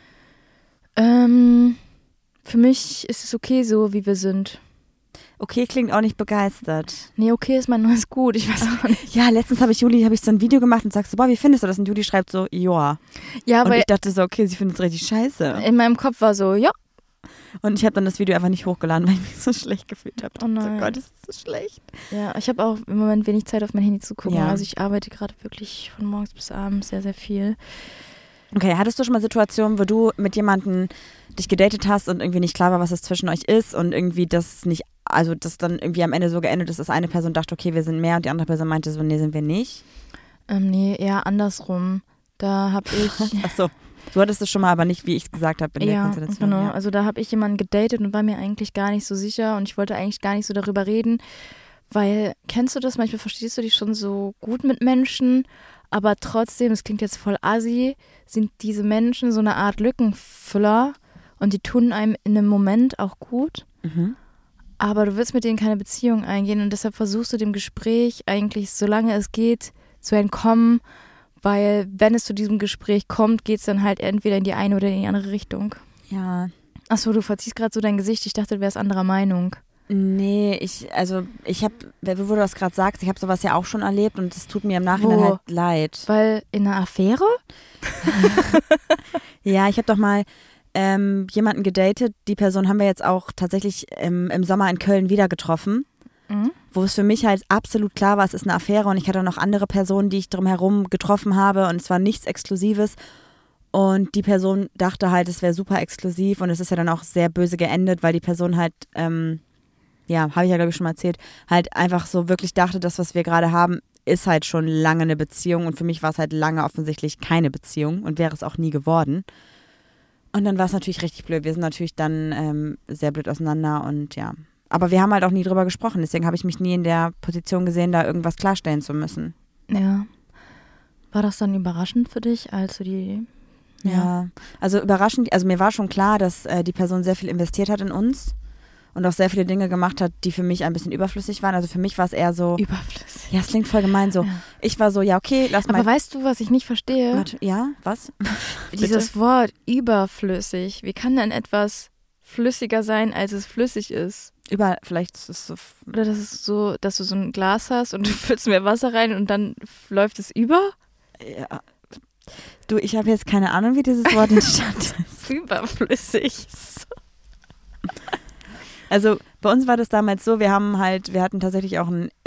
Für mich ist es okay so, wie wir sind. Okay, klingt auch nicht begeistert. Nee, okay ist mein neues Gut, ich weiß auch nicht. Ja, letztens habe ich so ein Video gemacht und sagst so, boah, wie findest du das? Und Juli schreibt so, joa. Ja, und ich dachte so, okay, sie findet es richtig scheiße. In meinem Kopf war so, ja. Und ich habe dann das Video einfach nicht hochgeladen, weil ich mich so schlecht gefühlt habe. Oh nein. Oh Gott, ist das so schlecht. Ja, ich habe auch im Moment wenig Zeit auf mein Handy zu gucken. Ja. Also ich arbeite gerade wirklich von morgens bis abends sehr, sehr viel. Okay, hattest du schon mal Situationen, wo du mit jemandem dich gedatet hast und irgendwie nicht klar war, was es zwischen euch ist und irgendwie das nicht, also das dann irgendwie am Ende so geendet ist, dass eine Person dachte, okay, wir sind mehr und die andere Person meinte so, nee, sind wir nicht? Nee, eher andersrum. Da habe ich... Achso, du hattest es schon mal, aber nicht, wie ich es gesagt habe, in der Konstellation. Genau. Ja, also da habe ich jemanden gedatet und war mir eigentlich gar nicht so sicher und ich wollte eigentlich gar nicht so darüber reden, weil, kennst du das, manchmal verstehst du dich schon so gut mit Menschen, aber trotzdem, es klingt jetzt voll assi, sind diese Menschen so eine Art Lückenfüller und die tun einem in einem Moment auch gut, aber du willst mit denen keine Beziehung eingehen und deshalb versuchst du dem Gespräch eigentlich, solange es geht, zu entkommen, weil wenn es zu diesem Gespräch kommt, geht es dann halt entweder in die eine oder in die andere Richtung. Ja. Achso, du verziehst gerade so dein Gesicht, ich dachte, du wärst anderer Meinung. Nee, ich habe, wo du das gerade sagst, ich habe sowas ja auch schon erlebt und es tut mir im Nachhinein halt leid. Weil in einer Affäre? Ja, ich habe doch mal jemanden gedatet, die Person haben wir jetzt auch tatsächlich im Sommer in Köln wieder getroffen. Wo es für mich halt absolut klar war, es ist eine Affäre und ich hatte noch andere Personen, die ich drumherum getroffen habe und es war nichts Exklusives und die Person dachte halt, es wäre super exklusiv und es ist ja dann auch sehr böse geendet, weil die Person halt, habe ich ja glaube ich schon mal erzählt, halt einfach so wirklich dachte, das, was wir gerade haben, ist halt schon lange eine Beziehung und für mich war es halt lange offensichtlich keine Beziehung und wäre es auch nie geworden. Und dann war es natürlich richtig blöd, wir sind natürlich dann sehr blöd auseinander und ja. Aber wir haben halt auch nie drüber gesprochen, deswegen habe ich mich nie in der Position gesehen, da irgendwas klarstellen zu müssen. Ja. War das dann überraschend für dich, als du die... Ja, also überraschend, also mir war schon klar, dass die Person sehr viel investiert hat in uns und auch sehr viele Dinge gemacht hat, die für mich ein bisschen überflüssig waren. Also für mich war es eher so... Überflüssig. Ja, es klingt voll gemein so. Ja. Ich war so, ja okay, lass mal... Aber weißt du, was ich nicht verstehe? Ja, was? Dieses Wort überflüssig. Wie kann denn etwas flüssiger sein, als es flüssig ist? Vielleicht ist es so. Oder das ist so, dass du so ein Glas hast und du füllst mehr Wasser rein und dann läuft es über? Ja. Du, ich habe jetzt keine Ahnung, wie dieses Wort entstanden ist. Überflüssig. Also bei uns war das damals so, wir hatten tatsächlich auch wir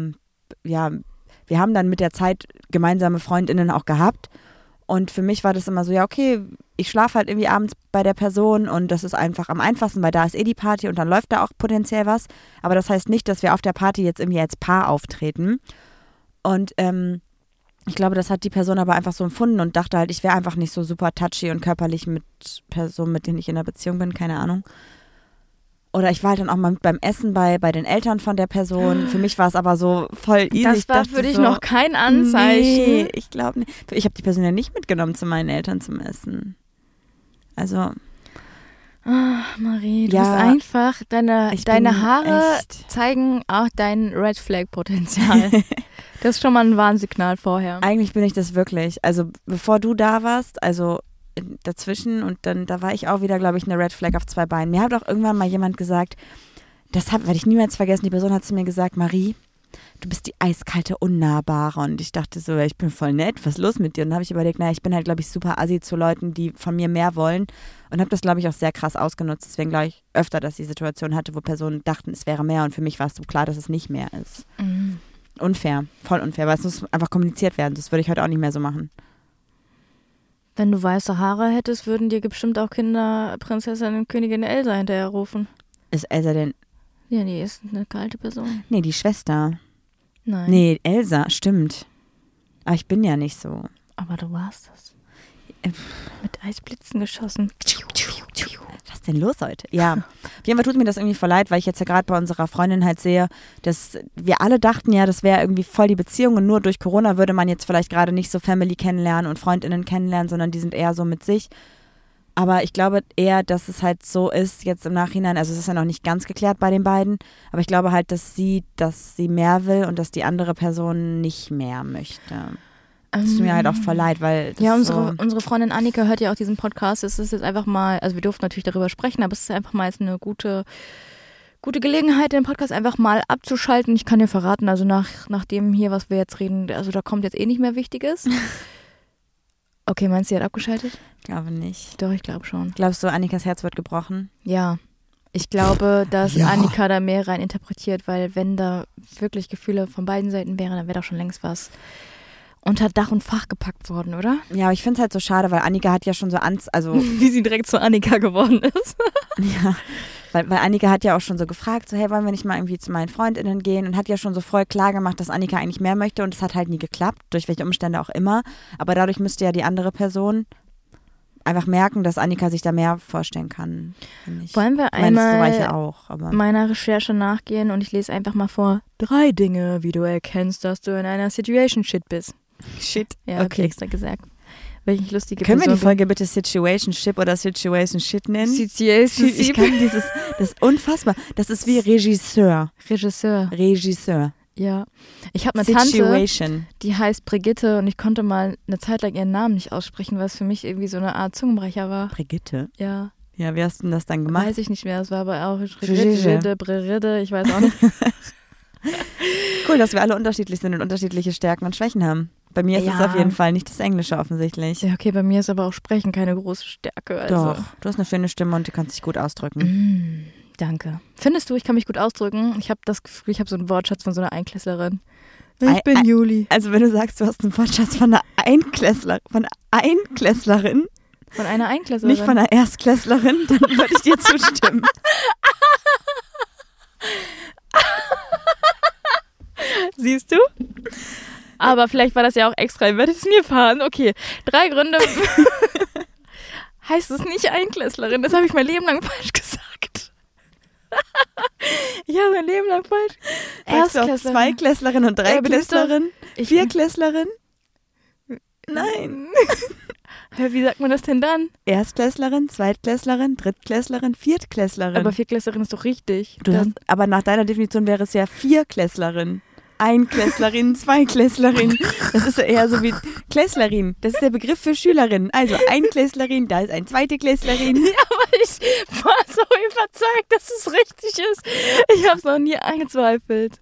haben dann mit der Zeit gemeinsame FreundInnen auch gehabt. Und für mich war das immer so, ja okay, ich schlafe halt irgendwie abends bei der Person und das ist einfach am einfachsten, weil da ist die Party und dann läuft da auch potenziell was. Aber das heißt nicht, dass wir auf der Party jetzt irgendwie als Paar auftreten. Und ich glaube, das hat die Person aber einfach so empfunden und dachte halt, ich wäre einfach nicht so super touchy und körperlich mit Personen, mit denen ich in einer Beziehung bin, keine Ahnung. Oder ich war halt dann auch mal beim Essen bei den Eltern von der Person. Für mich war es aber so voll easy. Das war für dich noch kein Anzeichen. Nee, ich glaube nicht. Ich habe die Person ja nicht mitgenommen zu meinen Eltern zum Essen. Also. Ach, Marie, du bist einfach, deine Haare zeigen auch dein Red Flag Potenzial. Das ist schon mal ein Warnsignal vorher. Eigentlich bin ich das wirklich. Also bevor du da warst, also dazwischen und dann, da war ich auch wieder, glaube ich, eine Red Flag auf 2 Beinen. Mir hat auch irgendwann mal jemand gesagt, werde ich niemals vergessen, die Person hat zu mir gesagt, Marie, du bist die eiskalte Unnahbare. Und ich dachte so, ich bin voll nett, was ist los mit dir? Und dann habe ich überlegt, ich bin halt, glaube ich, super assi zu Leuten, die von mir mehr wollen und habe das, glaube ich, auch sehr krass ausgenutzt. Deswegen glaube ich öfter, dass ich die Situation hatte, wo Personen dachten, es wäre mehr und für mich war es so klar, dass es nicht mehr ist. Mhm. Unfair, voll unfair, weil es muss einfach kommuniziert werden. Das würde ich heute auch nicht mehr so machen. Wenn du weiße Haare hättest, würden dir bestimmt auch Kinder Prinzessin und Königin Elsa hinterherrufen. Ist Elsa denn? Ja, die ist eine kalte Person. Nee, die Schwester. Nein. Nee, Elsa, stimmt. Aber ich bin ja nicht so. Aber du warst das. Mit Eisblitzen geschossen. Was ist denn los heute? Ja, auf jeden Fall tut mir das irgendwie voll leid, weil ich jetzt ja gerade bei unserer Freundin halt sehe, dass wir alle dachten ja, das wäre irgendwie voll die Beziehung und nur durch Corona würde man jetzt vielleicht gerade nicht so Family kennenlernen und FreundInnen kennenlernen, sondern die sind eher so mit sich. Aber ich glaube eher, dass es halt so ist jetzt im Nachhinein, also es ist ja noch nicht ganz geklärt bei den beiden, aber ich glaube halt, dass sie mehr will und dass die andere Person nicht mehr möchte. Das tut mir halt auch voll leid, weil ja, unsere Freundin Annika hört ja auch diesen Podcast. Es ist jetzt einfach mal, also wir durften natürlich darüber sprechen, aber es ist einfach mal jetzt eine gute Gelegenheit, den Podcast einfach mal abzuschalten. Ich kann dir verraten, also nach dem hier, was wir jetzt reden, also da kommt jetzt eh nicht mehr Wichtiges. Okay, meinst du, sie hat abgeschaltet? Ich glaube nicht. Doch, ich glaube schon. Glaubst du, Annikas Herz wird gebrochen? Ja. Ich glaube, dass Annika da mehr rein interpretiert, weil wenn da wirklich Gefühle von beiden Seiten wären, dann wäre da schon längst was. unter Dach und Fach gepackt worden, oder? Ja, aber ich finde es halt so schade, weil Annika hat ja schon so wie sie direkt zu Annika geworden ist. Ja, weil Annika hat ja auch schon so gefragt, so hey, wollen wir nicht mal irgendwie zu meinen FreundInnen gehen und hat ja schon so voll klar gemacht, dass Annika eigentlich mehr möchte und es hat halt nie geklappt, durch welche Umstände auch immer. Aber dadurch müsste ja die andere Person einfach merken, dass Annika sich da mehr vorstellen kann, finde ich. Wollen wir Ich meine, einmal so war ich ja auch, aber meiner Recherche nachgehen und ich lese einfach mal vor 3 Dinge, wie du erkennst, dass du in einer Situationship bist. Shit. Ja, hab ich Okay. extra gesagt. Welche lustige Können wir die Person Folge bitte Situationship oder Situation Shit nennen? Situation Ich kann das ist unfassbar. Das ist wie Regisseur. Regisseur. Ja. Ich habe eine Tante, Situation. die heißt Brigitte und ich konnte mal eine Zeit lang ihren Namen nicht aussprechen, weil es für mich irgendwie so eine Art Zungenbrecher war. Brigitte? Ja. Ja, wie hast du denn das dann gemacht? Weiß ich nicht mehr. Es war aber auch Brigitte, ich weiß auch nicht. Cool, dass wir alle unterschiedlich sind und unterschiedliche Stärken und Schwächen haben. Bei mir ist es Ja. auf jeden Fall nicht das Englische offensichtlich. Ja, okay, bei mir ist aber auch Sprechen keine große Stärke. Also. Doch, du hast eine schöne Stimme und du kannst dich gut ausdrücken. Danke. Findest du, ich kann mich gut ausdrücken? Ich habe das Gefühl, ich habe so einen Wortschatz von so einer Einklässlerin. Ei- Ich bin Juli. Also wenn du sagst, du hast einen Wortschatz von einer Einklässlerin, Von einer Einklässlerin. nicht von einer Erstklässlerin, dann würde ich dir zustimmen. Siehst du? Aber vielleicht war das ja auch extra. Wer hat es denn gefahren? Okay, 3 Gründe. Heißt es nicht Einklässlerin? Das habe ich mein Leben lang falsch gesagt. Ich habe mein Leben lang falsch. Sagst du auch Zweiklässlerin und Dreiklässlerin? Vierklässlerin? Nein. Wie sagt man das denn dann? Erstklässlerin, Zweitklässlerin, Drittklässlerin, Viertklässlerin. Aber Viertklässlerin ist doch richtig. Aber nach deiner Definition wäre es ja Vierklässlerin. Einklässlerin, Zweiklässlerin. Das ist ja eher so wie Klässlerin. Das ist der Begriff für Schülerin. Also Einklässlerin, da ist ein zweite Klässlerin. Ja, aber ich war so überzeugt, dass es richtig ist. Ich habe es noch nie angezweifelt.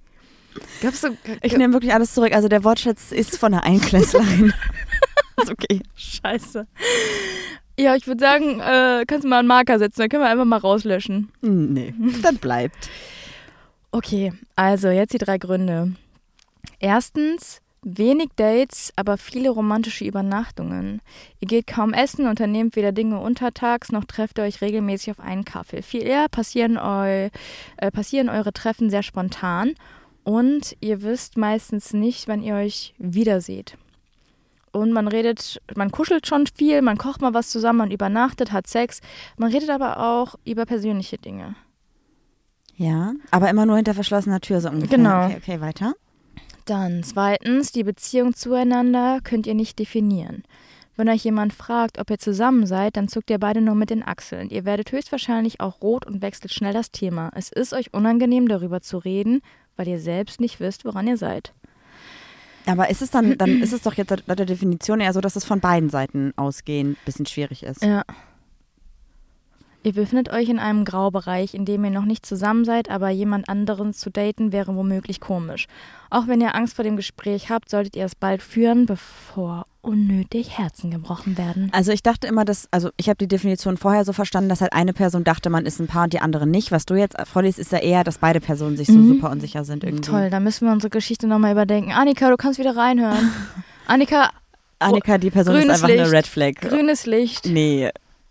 Ich nehme wirklich alles zurück. Also der Wortschatz ist von einer Einklässlerin. Ist okay. Scheiße. Ja, ich würde sagen, kannst du mal einen Marker setzen, dann können wir einfach mal rauslöschen. Nee, das bleibt. Okay, also jetzt die 3 Gründe. Erstens, wenig Dates, aber viele romantische Übernachtungen. Ihr geht kaum essen, unternehmt weder Dinge untertags, noch trefft ihr euch regelmäßig auf einen Kaffee. Viel eher passieren eure Treffen sehr spontan und ihr wisst meistens nicht, wann ihr euch wiederseht. Und man kuschelt schon viel, man kocht mal was zusammen, man übernachtet, hat Sex. Man redet aber auch über persönliche Dinge. Ja, aber immer nur hinter verschlossener Tür so ungefähr. Genau. Okay, weiter. Dann 2. Die Beziehung zueinander könnt ihr nicht definieren. Wenn euch jemand fragt, ob ihr zusammen seid, dann zuckt ihr beide nur mit den Achseln. Ihr werdet höchstwahrscheinlich auch rot und wechselt schnell das Thema. Es ist euch unangenehm, darüber zu reden, weil ihr selbst nicht wisst, woran ihr seid. Aber ist es dann ist es doch jetzt laut der Definition eher so, dass es von beiden Seiten ausgehend ein bisschen schwierig ist. Ja. Ihr befindet euch in einem Graubereich, in dem ihr noch nicht zusammen seid, aber jemand anderen zu daten wäre womöglich komisch. Auch wenn ihr Angst vor dem Gespräch habt, solltet ihr es bald führen, bevor unnötig Herzen gebrochen werden. Also ich dachte immer, ich habe die Definition vorher so verstanden, dass halt eine Person dachte, man ist ein Paar und die andere nicht. Was du jetzt vorliest, ist ja eher, dass beide Personen sich so super unsicher sind irgendwie. Toll, da müssen wir unsere Geschichte nochmal überdenken. Annika, du kannst wieder reinhören. Annika, die Person ist einfach eine Red Flag. Grünes Licht. Nee.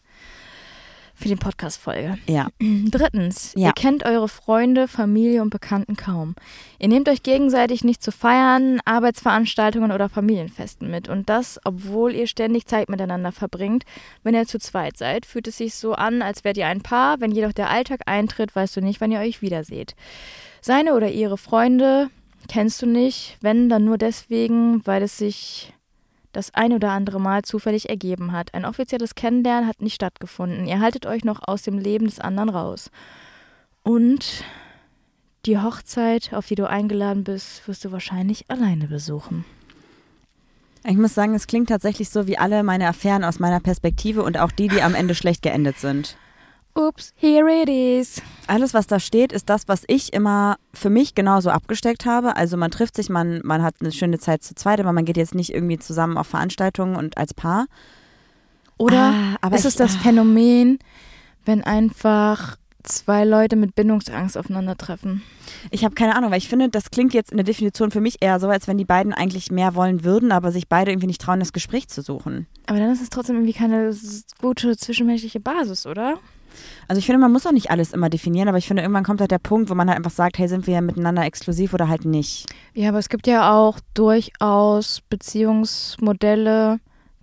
Für die Podcast-Folge. Ja. 3. Ihr kennt eure Freunde, Familie und Bekannten kaum. Ihr nehmt euch gegenseitig nicht zu Feiern, Arbeitsveranstaltungen oder Familienfesten mit. Und das, obwohl ihr ständig Zeit miteinander verbringt. Wenn ihr zu zweit seid, fühlt es sich so an, als wärt ihr ein Paar. Wenn jedoch der Alltag eintritt, weißt du nicht, wann ihr euch wiederseht. Seine oder ihre Freunde kennst du nicht, wenn, dann nur deswegen, weil es sich das ein oder andere Mal zufällig ergeben hat. Ein offizielles Kennenlernen hat nicht stattgefunden. Ihr haltet euch noch aus dem Leben des anderen raus. Und die Hochzeit, auf die du eingeladen bist, wirst du wahrscheinlich alleine besuchen. Ich muss sagen, es klingt tatsächlich so wie alle meine Affären aus meiner Perspektive und auch die am Ende schlecht geendet sind. Ups, here it is. Alles, was da steht, ist das, was ich immer für mich genauso abgesteckt habe. Also man trifft sich, man hat eine schöne Zeit zu zweit, aber man geht jetzt nicht irgendwie zusammen auf Veranstaltungen und als Paar. Oder ist es das Phänomen, wenn einfach zwei Leute mit Bindungsangst aufeinandertreffen? Ich habe keine Ahnung, weil ich finde, das klingt jetzt in der Definition für mich eher so, als wenn die beiden eigentlich mehr wollen würden, aber sich beide irgendwie nicht trauen, das Gespräch zu suchen. Aber dann ist es trotzdem irgendwie keine gute zwischenmenschliche Basis, oder? Also ich finde, man muss auch nicht alles immer definieren, aber ich finde, irgendwann kommt halt der Punkt, wo man halt einfach sagt, hey, sind wir miteinander exklusiv oder halt nicht. Ja, aber es gibt ja auch durchaus Beziehungsmodelle,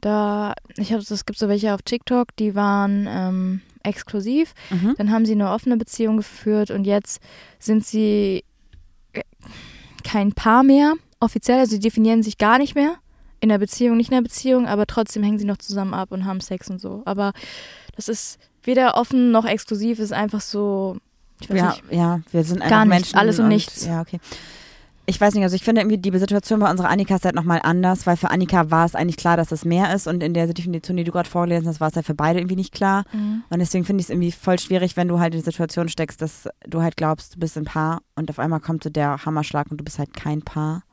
es gibt so welche auf TikTok, die waren exklusiv, dann haben sie eine offene Beziehung geführt und jetzt sind sie kein Paar mehr, offiziell, also sie definieren sich gar nicht mehr, in der Beziehung, nicht in der Beziehung, aber trotzdem hängen sie noch zusammen ab und haben Sex und so. Aber das ist weder offen noch exklusiv, ist einfach so, ich weiß nicht. Ja, wir sind einfach gar nichts, Menschen. Alles und nichts. Ja, okay. Ich weiß nicht, also ich finde irgendwie die Situation bei unserer Annika ist halt nochmal anders, weil für Annika war es eigentlich klar, dass es mehr ist und in der Definition, die du gerade vorgelesen hast, war es halt für beide irgendwie nicht klar. Und deswegen finde ich es irgendwie voll schwierig, wenn du halt in die Situation steckst, dass du halt glaubst, du bist ein Paar und auf einmal kommt so der Hammerschlag und du bist halt kein Paar.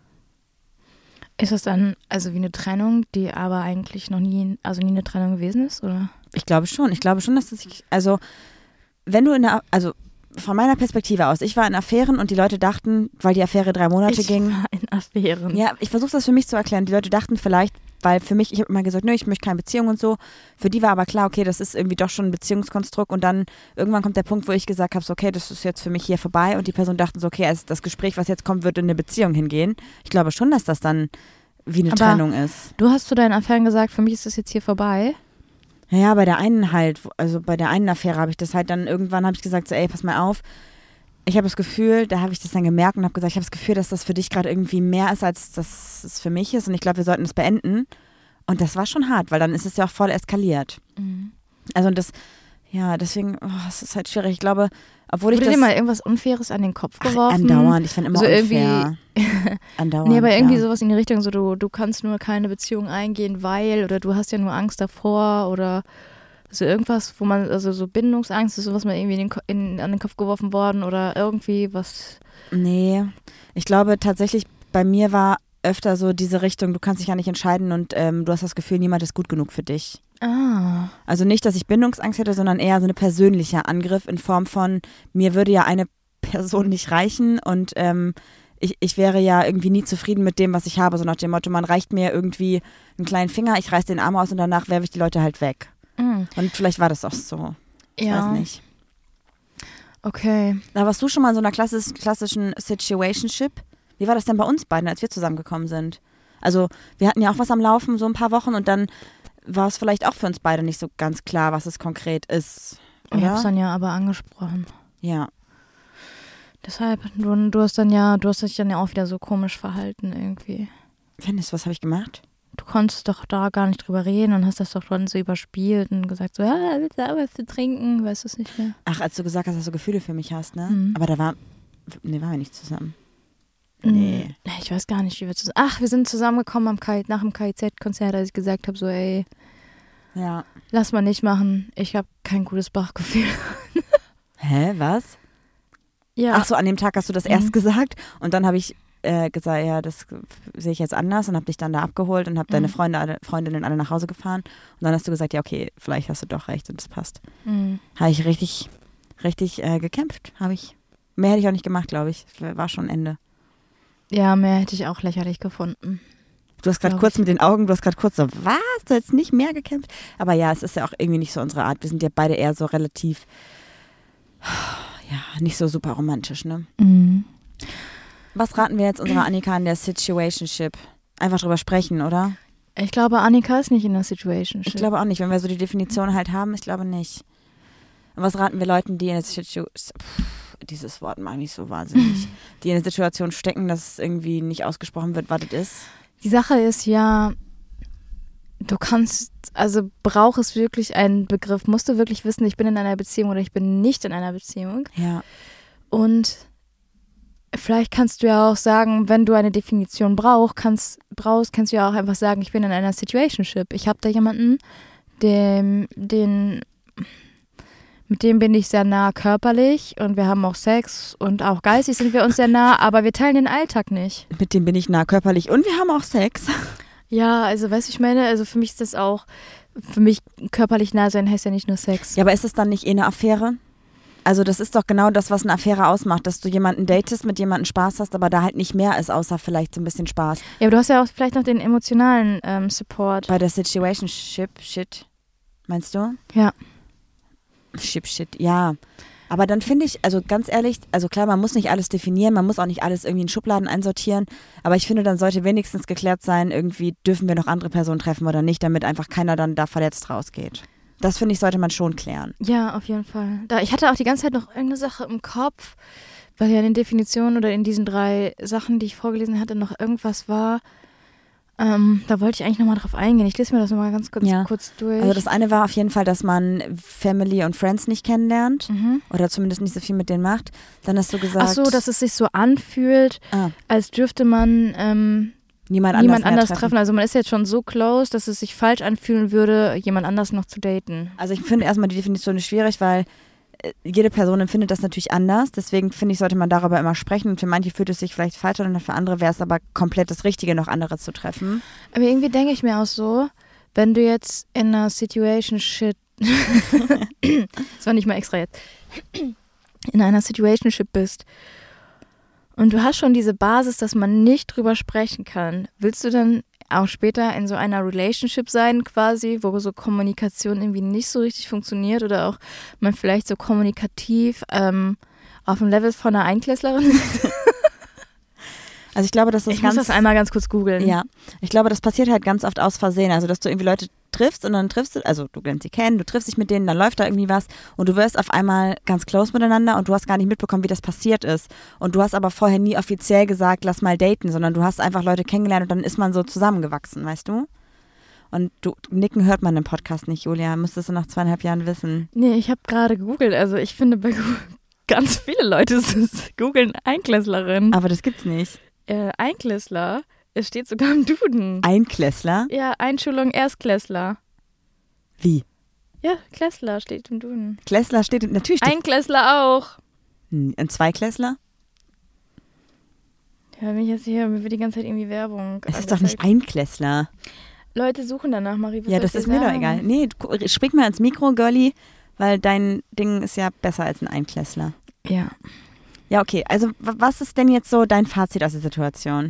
Ist das dann also wie eine Trennung, die aber eigentlich noch nie eine Trennung gewesen ist, oder? Ich glaube schon, dass es sich, also wenn du von meiner Perspektive aus, ich war in Affären und die Leute dachten, weil die Affäre 3 Monate ging. Ich war in Affären. Ja, ich versuche das für mich zu erklären. Die Leute dachten vielleicht, weil für mich, ich habe immer gesagt, nö, ich möchte keine Beziehung und so. Für die war aber klar, okay, das ist irgendwie doch schon ein Beziehungskonstrukt und dann irgendwann kommt der Punkt, wo ich gesagt habe, so, okay, das ist jetzt für mich hier vorbei und die Person dachten so, okay, also das Gespräch, was jetzt kommt, wird in eine Beziehung hingehen. Ich glaube schon, dass das dann wie eine Trennung ist. Du hast zu deinen Affären gesagt, für mich ist das jetzt hier vorbei. Ja, bei der einen halt, also bei der einen Affäre habe ich das halt dann irgendwann, habe ich gesagt, so ey, pass mal auf, ich habe das Gefühl, da habe ich das dann gemerkt und habe gesagt, ich habe das Gefühl, dass das für dich gerade irgendwie mehr ist, als das es für mich ist und ich glaube, wir sollten das beenden und das war schon hart, weil dann ist es ja auch voll eskaliert. Also und das, ja, deswegen, es ist halt schwierig, ich glaube, obwohl ich Wurde dir mal irgendwas Unfaires an den Kopf geworfen? Andauernd, ich fand immer so unfair. Andauernd, nee, aber irgendwie sowas in die Richtung, so du kannst nur keine Beziehung eingehen, weil, oder du hast ja nur Angst davor oder so irgendwas, wo man, also so Bindungsangst ist sowas mal irgendwie an den Kopf geworfen worden oder irgendwie was. Nee, ich glaube tatsächlich, bei mir war öfter so diese Richtung, du kannst dich ja nicht entscheiden und du hast das Gefühl, niemand ist gut genug für dich. Ah. Also nicht, dass ich Bindungsangst hätte, sondern eher so ein persönlicher Angriff in Form von, mir würde ja eine Person nicht reichen und ich wäre ja irgendwie nie zufrieden mit dem, was ich habe, so nach dem Motto, man reicht mir irgendwie einen kleinen Finger, ich reiß den Arm aus und danach werfe ich die Leute halt weg. Und vielleicht war das auch so. Ich weiß nicht. Okay. Da warst du schon mal in so einer klassischen Situationship? Wie war das denn bei uns beiden, als wir zusammengekommen sind? Also wir hatten ja auch was am Laufen, so ein paar Wochen und dann war es vielleicht auch für uns beide nicht so ganz klar, was es konkret ist. Oder? Ich habe es dann ja aber angesprochen. Ja. Deshalb, du hast dich dann ja auch wieder so komisch verhalten irgendwie. Dennis, was habe ich gemacht? Du konntest doch da gar nicht drüber reden und hast das doch dann so überspielt und gesagt so, ja, willst du auch was zu trinken? Weißt du es nicht mehr? Ach, als du gesagt hast, dass du Gefühle für mich hast, ne? Aber waren wir nicht zusammen. Nee. Ich weiß gar nicht, wie wir zusammen. Ach, wir sind zusammengekommen nach dem KIZ-Konzert, als ich gesagt habe, so, ey, lass mal nicht machen. Ich habe kein gutes Bauchgefühl. Hä, was? Ja. Ach so, an dem Tag hast du das erst gesagt und dann habe ich gesagt, ja, das sehe ich jetzt anders und habe dich dann da abgeholt und habe deine Freundinnen alle nach Hause gefahren und dann hast du gesagt, ja, okay, vielleicht hast du doch recht und das passt. Habe ich richtig gekämpft, Mehr hätte ich auch nicht gemacht, glaube ich. War schon Ende. Ja, mehr hätte ich auch lächerlich gefunden. Du hast gerade kurz mit den Augen, so, was? Du hättest nicht mehr gekämpft? Aber ja, es ist ja auch irgendwie nicht so unsere Art. Wir sind ja beide eher so relativ, ja, nicht so super romantisch, ne? Was raten wir jetzt unserer Annika in der Situationship? Einfach drüber sprechen, oder? Ich glaube, Annika ist nicht in der Situationship. Ich glaube auch nicht, wenn wir so die Definition halt haben, ich glaube nicht. Und was raten wir Leuten, die in der Situation, dieses Wort mag mich so wahnsinnig, die in der Situation stecken, dass es irgendwie nicht ausgesprochen wird, was das ist? Die Sache ist ja, braucht es wirklich einen Begriff, musst du wirklich wissen, ich bin in einer Beziehung oder ich bin nicht in einer Beziehung. Ja. Und vielleicht kannst du ja auch sagen, wenn du eine Definition kannst du ja auch einfach sagen, ich bin in einer Situationship. Ich habe da jemanden, mit dem bin ich sehr nah körperlich und wir haben auch Sex und auch geistig sind wir uns sehr nah, aber wir teilen den Alltag nicht. Mit dem bin ich nah körperlich und wir haben auch Sex. Ja, also weißt du, ich meine, also für mich ist das auch, körperlich nah sein heißt ja nicht nur Sex. Ja, aber ist es dann nicht eh eine Affäre? Also das ist doch genau das, was eine Affäre ausmacht, dass du jemanden datest, mit jemandem Spaß hast, aber da halt nicht mehr ist, außer vielleicht so ein bisschen Spaß. Ja, aber du hast ja auch vielleicht noch den emotionalen Support. Bei der Situationship-Shit, meinst du? Ja. Shit, ja. Aber dann finde ich, also ganz ehrlich, also klar, man muss nicht alles definieren, man muss auch nicht alles irgendwie in Schubladen einsortieren, aber ich finde, dann sollte wenigstens geklärt sein, irgendwie dürfen wir noch andere Personen treffen oder nicht, damit einfach keiner dann da verletzt rausgeht. Das finde ich, sollte man schon klären. Ja, auf jeden Fall. Ich hatte auch die ganze Zeit noch irgendeine Sache im Kopf, weil ja in den Definitionen oder in diesen 3 Sachen, die ich vorgelesen hatte, noch irgendwas war. Da wollte ich eigentlich nochmal drauf eingehen. Ich lese mir das nochmal ganz kurz durch. Also das eine war auf jeden Fall, dass man Family und Friends nicht kennenlernt oder zumindest nicht so viel mit denen macht. Dann hast du gesagt... Ach so, dass es sich so anfühlt, als dürfte man... Niemand anders treffen. Also man ist jetzt schon so close, dass es sich falsch anfühlen würde, jemand anders noch zu daten. Also ich finde erstmal die Definition ist schwierig, weil jede Person empfindet das natürlich anders. Deswegen finde ich, sollte man darüber immer sprechen. Und für manche fühlt es sich vielleicht falsch an und für andere wäre es aber komplett das Richtige, noch andere zu treffen. Aber irgendwie denke ich mir auch so, wenn du jetzt in einer Situationship das war nicht mal extra jetzt, in einer Situationship bist und du hast schon diese Basis, dass man nicht drüber sprechen kann, willst du dann auch später in so einer Relationship sein quasi, wo so Kommunikation irgendwie nicht so richtig funktioniert oder auch man vielleicht so kommunikativ auf dem Level von einer Einklässlerin ist? Also ich glaube, dass das Ich muss das einmal ganz kurz googeln. Ja, ich glaube, das passiert halt ganz oft aus Versehen. Also, dass du irgendwie Leute triffst und dann triffst du, also du lernst sie kennen, du triffst dich mit denen, dann läuft da irgendwie was und du wirst auf einmal ganz close miteinander und du hast gar nicht mitbekommen, wie das passiert ist. Und du hast aber vorher nie offiziell gesagt, lass mal daten, sondern du hast einfach Leute kennengelernt und dann ist man so zusammengewachsen, weißt du? Und Nicken hört man im Podcast nicht, Julia. Müsstest du nach 2,5 Jahren wissen. Nee, ich habe gerade gegoogelt. Also ich finde bei ganz viele Leute googeln Einklässlerin. Aber das gibt's nicht. Einklässler, es steht sogar im Duden. Einklässler? Ja, Einschulung Erstklässler. Wie? Ja, Klässler steht im Duden. Klässler steht, natürlich steht. Einklässler auch. Ein Zweiklässler? Ja, mich jetzt hier, mir wird die ganze Zeit irgendwie Werbung. Es ist doch nicht Einklässler. Leute suchen danach, Marie. Ja, das ist mir doch egal. Nee, sprich mal ins Mikro, Girlie, weil dein Ding ist ja besser als ein Einklässler. Ja. Ja, okay. Also was ist denn jetzt so dein Fazit aus der Situation?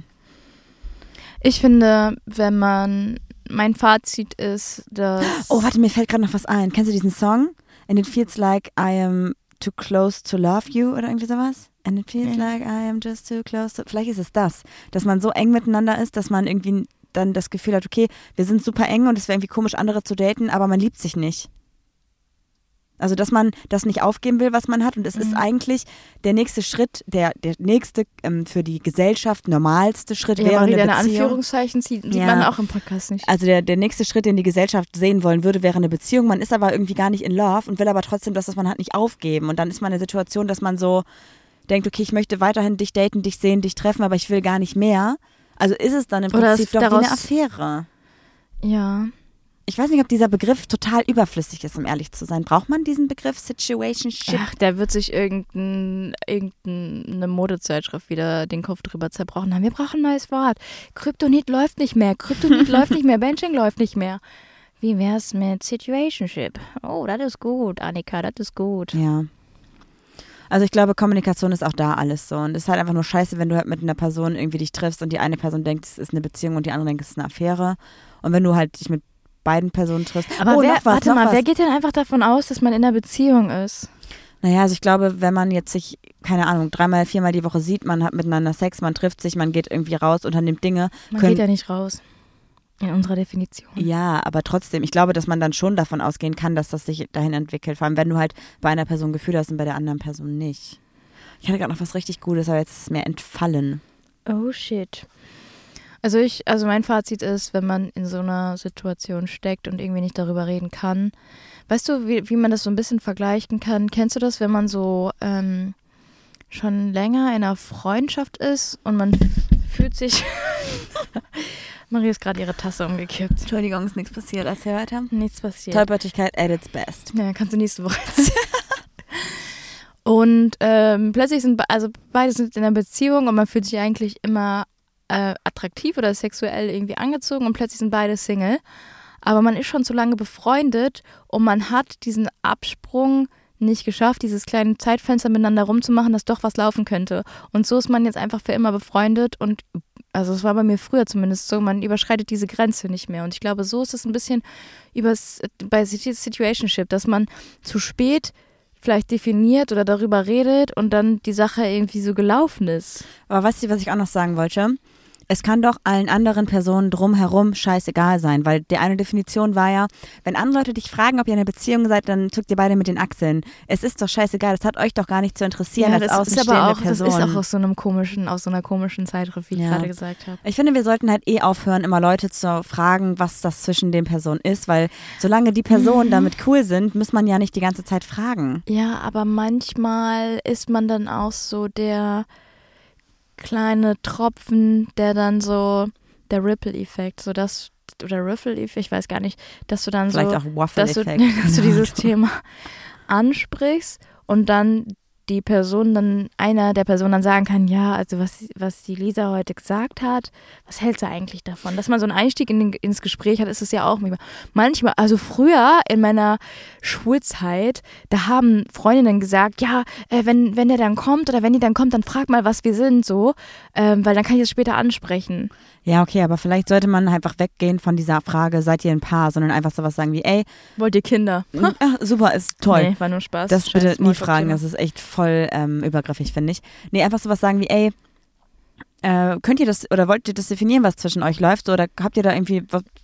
Ich finde, mein Fazit ist, dass... Oh, warte, mir fällt gerade noch was ein. Kennst du diesen Song? And it feels like I am too close to love you oder irgendwie sowas? And it feels like I am just too close to... Vielleicht ist es das, dass man so eng miteinander ist, dass man irgendwie dann das Gefühl hat, okay, wir sind super eng und es wäre irgendwie komisch, andere zu daten, aber man liebt sich nicht. Also, dass man das nicht aufgeben will, was man hat. Und es ist eigentlich der nächste Schritt, der nächste für die Gesellschaft normalste Schritt wäre eine Beziehung. Anführungszeichen sieht man auch im Podcast nicht. Also der nächste Schritt, den die Gesellschaft sehen wollen würde, wäre eine Beziehung. Man ist aber irgendwie gar nicht in Love und will aber trotzdem das, was man hat, nicht aufgeben. Und dann ist man in der Situation, dass man so denkt, okay, ich möchte weiterhin dich daten, dich sehen, dich treffen, aber ich will gar nicht mehr. Also ist es dann im Prinzip doch wie eine Affäre. Ja. Ich weiß nicht, ob dieser Begriff total überflüssig ist, um ehrlich zu sein. Braucht man diesen Begriff Situationship? Ach, da wird sich irgendeine Modezeitschrift wieder den Kopf drüber zerbrochen haben. Wir brauchen ein neues Wort. Kryptonit läuft nicht mehr. Benching läuft nicht mehr. Wie wär's mit Situationship? Oh, das ist gut, Annika, das ist gut. Ja. Also ich glaube, Kommunikation ist auch da alles so. Und es ist halt einfach nur scheiße, wenn du halt mit einer Person irgendwie dich triffst und die eine Person denkt, es ist eine Beziehung und die andere denkt, es ist eine Affäre. Und wenn du halt dich mit beiden Personen triffst. Aber wer geht denn einfach davon aus, dass man in einer Beziehung ist? Naja, also ich glaube, wenn man jetzt sich, keine Ahnung, 3-mal, 4-mal die Woche sieht, man hat miteinander Sex, man trifft sich, man geht irgendwie raus, unternimmt Dinge. Man geht ja nicht raus. In unserer Definition. Ja, aber trotzdem, ich glaube, dass man dann schon davon ausgehen kann, dass das sich dahin entwickelt. Vor allem, wenn du halt bei einer Person Gefühle hast und bei der anderen Person nicht. Ich hatte gerade noch was richtig Gutes, aber jetzt ist es mir entfallen. Oh shit. Also mein Fazit ist, wenn man in so einer Situation steckt und irgendwie nicht darüber reden kann. Weißt du, wie man das so ein bisschen vergleichen kann? Kennst du das, wenn man so schon länger in einer Freundschaft ist und man fühlt sich... Marie ist gerade ihre Tasse umgekippt. Entschuldigung, ist nichts passiert. Erzähl weiter. Nichts passiert. Tollpatschigkeit at its best. Ja, kannst du nächste Woche erzählen. Und plötzlich sind beide sind in einer Beziehung und man fühlt sich eigentlich immer attraktiv oder sexuell irgendwie angezogen und plötzlich sind beide Single. Aber man ist schon zu lange befreundet und man hat diesen Absprung nicht geschafft, dieses kleine Zeitfenster miteinander rumzumachen, dass doch was laufen könnte. Und so ist man jetzt einfach für immer befreundet und also es war bei mir früher zumindest so, man überschreitet diese Grenze nicht mehr. Und ich glaube, so ist es ein bisschen bei Situationship, dass man zu spät vielleicht definiert oder darüber redet und dann die Sache irgendwie so gelaufen ist. Aber weißt du, was ich auch noch sagen wollte? Es kann doch allen anderen Personen drumherum scheißegal sein, weil die eine Definition war ja, wenn andere Leute dich fragen, ob ihr in einer Beziehung seid, dann zuckt ihr beide mit den Achseln. Es ist doch scheißegal, das hat euch doch gar nicht zu interessieren als außenstehende Person. Das ist auch aus so einer komischen Zeitschrift, wie ich gerade gesagt habe. Ich finde, wir sollten halt aufhören, immer Leute zu fragen, was das zwischen den Personen ist, weil solange die Personen damit cool sind, muss man ja nicht die ganze Zeit fragen. Ja, aber manchmal ist man dann auch so der kleine Tropfen, der dann so, der Ripple-Effekt, so das, oder Riffle-Effekt, ich weiß gar nicht, dass du dann vielleicht so, auch Waffle-Effekt. dass du dieses Thema ansprichst und dann die Person dann, einer der Personen dann sagen kann, ja, also was die Lisa heute gesagt hat, was hältst du eigentlich davon? Dass man so einen Einstieg ins Gespräch hat, ist es ja auch manchmal, also früher in meiner Schulzeit, da haben Freundinnen gesagt, ja, wenn der dann kommt oder wenn die dann kommt, dann frag mal, was wir sind, so, weil dann kann ich es später ansprechen. Ja, okay, aber vielleicht sollte man einfach weggehen von dieser Frage, seid ihr ein Paar, sondern einfach sowas sagen wie, ey. Wollt ihr Kinder? Ach, super, ist toll. Nee, war nur Spaß. Das bitte nie fragen, das ist echt voll übergriffig, finde ich. Nee, einfach sowas sagen wie, ey, könnt ihr das, oder wollt ihr das definieren, was zwischen euch läuft, oder habt ihr da irgendwie,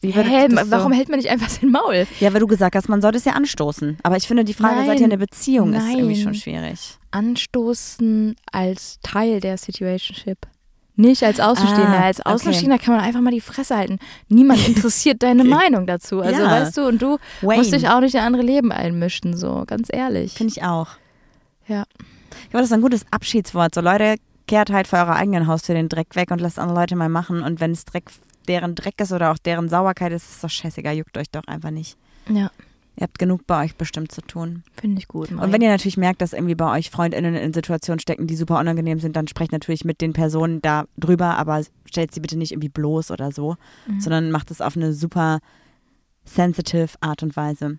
warum hält man nicht einfach den Maul? Ja, weil du gesagt hast, man sollte es ja anstoßen. Aber ich finde, die Frage, seid ihr in einer Beziehung, ist irgendwie schon schwierig. Anstoßen als Teil der Situationship. Nicht als Außenstehender. Als Außenstehender kann man einfach mal die Fresse halten. Niemand interessiert deine Meinung dazu. Also weißt du, und du musst dich auch nicht in andere Leben einmischen, so, ganz ehrlich. Finde ich auch. Ja. Ich glaube, das ist ein gutes Abschiedswort. So, Leute, kehrt halt vor eurer eigenen Haustür den Dreck weg und lasst andere Leute mal machen. Und wenn es deren Dreck ist oder auch deren Sauberkeit ist, ist es doch scheißegal, juckt euch doch einfach nicht. Ja. Ihr habt genug bei euch bestimmt zu tun. Finde ich gut. Und wenn ihr natürlich merkt, dass irgendwie bei euch FreundInnen in Situationen stecken, die super unangenehm sind, dann sprecht natürlich mit den Personen da drüber, aber stellt sie bitte nicht irgendwie bloß oder so, sondern macht es auf eine super sensitive Art und Weise.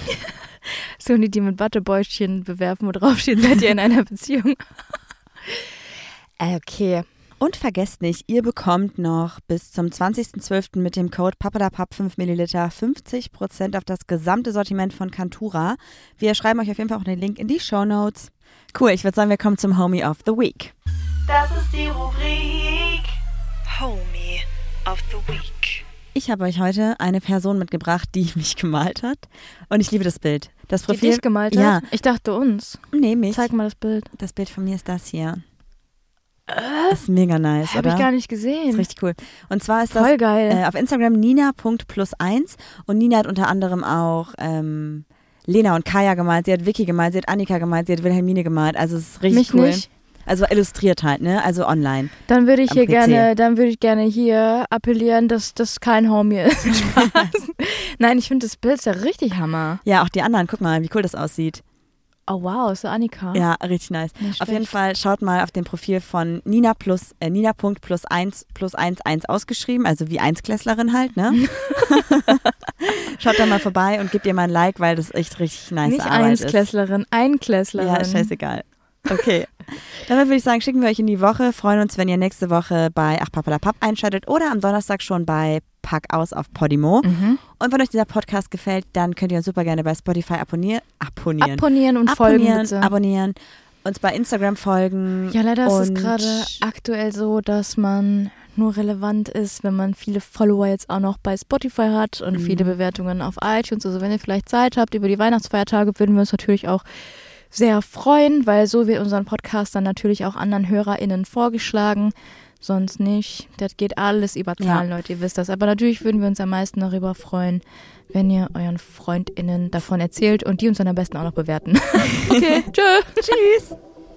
So, die mit Wattebäuschen bewerfen, wo draufsteht, seid ihr in einer Beziehung. Okay. Und vergesst nicht, ihr bekommt noch bis zum 20.12. mit dem Code PAPADAPAP 5 Milliliter 50% auf das gesamte Sortiment von Cantura. Wir schreiben euch auf jeden Fall auch den Link in die Shownotes. Cool, ich würde sagen, wir kommen zum Homie of the Week. Das ist die Rubrik Homie of the Week. Ich habe euch heute eine Person mitgebracht, die mich gemalt hat. Und ich liebe das Bild. Das Profil, die dich gemalt hat? Ja. Ich dachte uns. Nee, mich. Zeig mal das Bild. Das Bild von mir ist das hier. Das ist mega nice, oder? Habe ich gar nicht gesehen. Das ist richtig cool. Und zwar ist das voll geil. Auf Instagram Nina.plus1 und Nina hat unter anderem auch Lena und Kaya gemalt, sie hat Vicky gemalt, sie hat Annika gemalt, sie hat Wilhelmine gemalt, also es ist richtig cool. Nicht? Also illustriert halt, ne? Also online. Dann würde ich gerne hier appellieren, dass das kein Homie ist. Nein, ich finde das Bild ist ja richtig Hammer. Ja, auch die anderen, guck mal, wie cool das aussieht. Oh wow, ist so Annika. Ja, richtig nice. Auf jeden Fall schaut mal auf dem Profil von Nina.plus1 ausgeschrieben, also wie Einsklässlerin halt, ne? Schaut da mal vorbei und gebt ihr mal ein Like, weil das echt richtig nice Nicht Arbeit ist. Einsklässlerin, Einklässlerin. Ja, scheißegal. Okay. Damit würde ich sagen, schicken wir euch in die Woche. Freuen uns, wenn ihr nächste Woche bei Ach Papalapap einschaltet oder am Donnerstag schon bei Pack aus auf Podimo. Und wenn euch dieser Podcast gefällt, dann könnt ihr uns super gerne bei Spotify abonnieren und folgen bitte. Abonnieren, uns bei Instagram folgen. Ja, leider ist es gerade aktuell so, dass man nur relevant ist, wenn man viele Follower jetzt auch noch bei Spotify hat und viele Bewertungen auf iTunes. Also wenn ihr vielleicht Zeit habt über die Weihnachtsfeiertage, würden wir uns natürlich auch sehr freuen, weil so wird unseren Podcast dann natürlich auch anderen HörerInnen vorgeschlagen. Sonst nicht. Das geht alles über Zahlen, Leute, ihr wisst das. Aber natürlich würden wir uns am meisten darüber freuen, wenn ihr euren FreundInnen davon erzählt und die uns dann am besten auch noch bewerten. Okay, tschüss.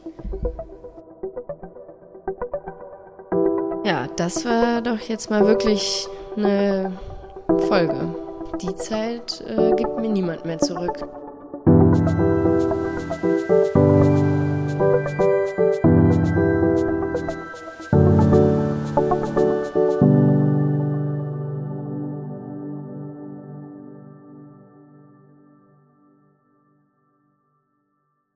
Ja, das war doch jetzt mal wirklich eine Folge. Die Zeit gibt mir niemand mehr zurück.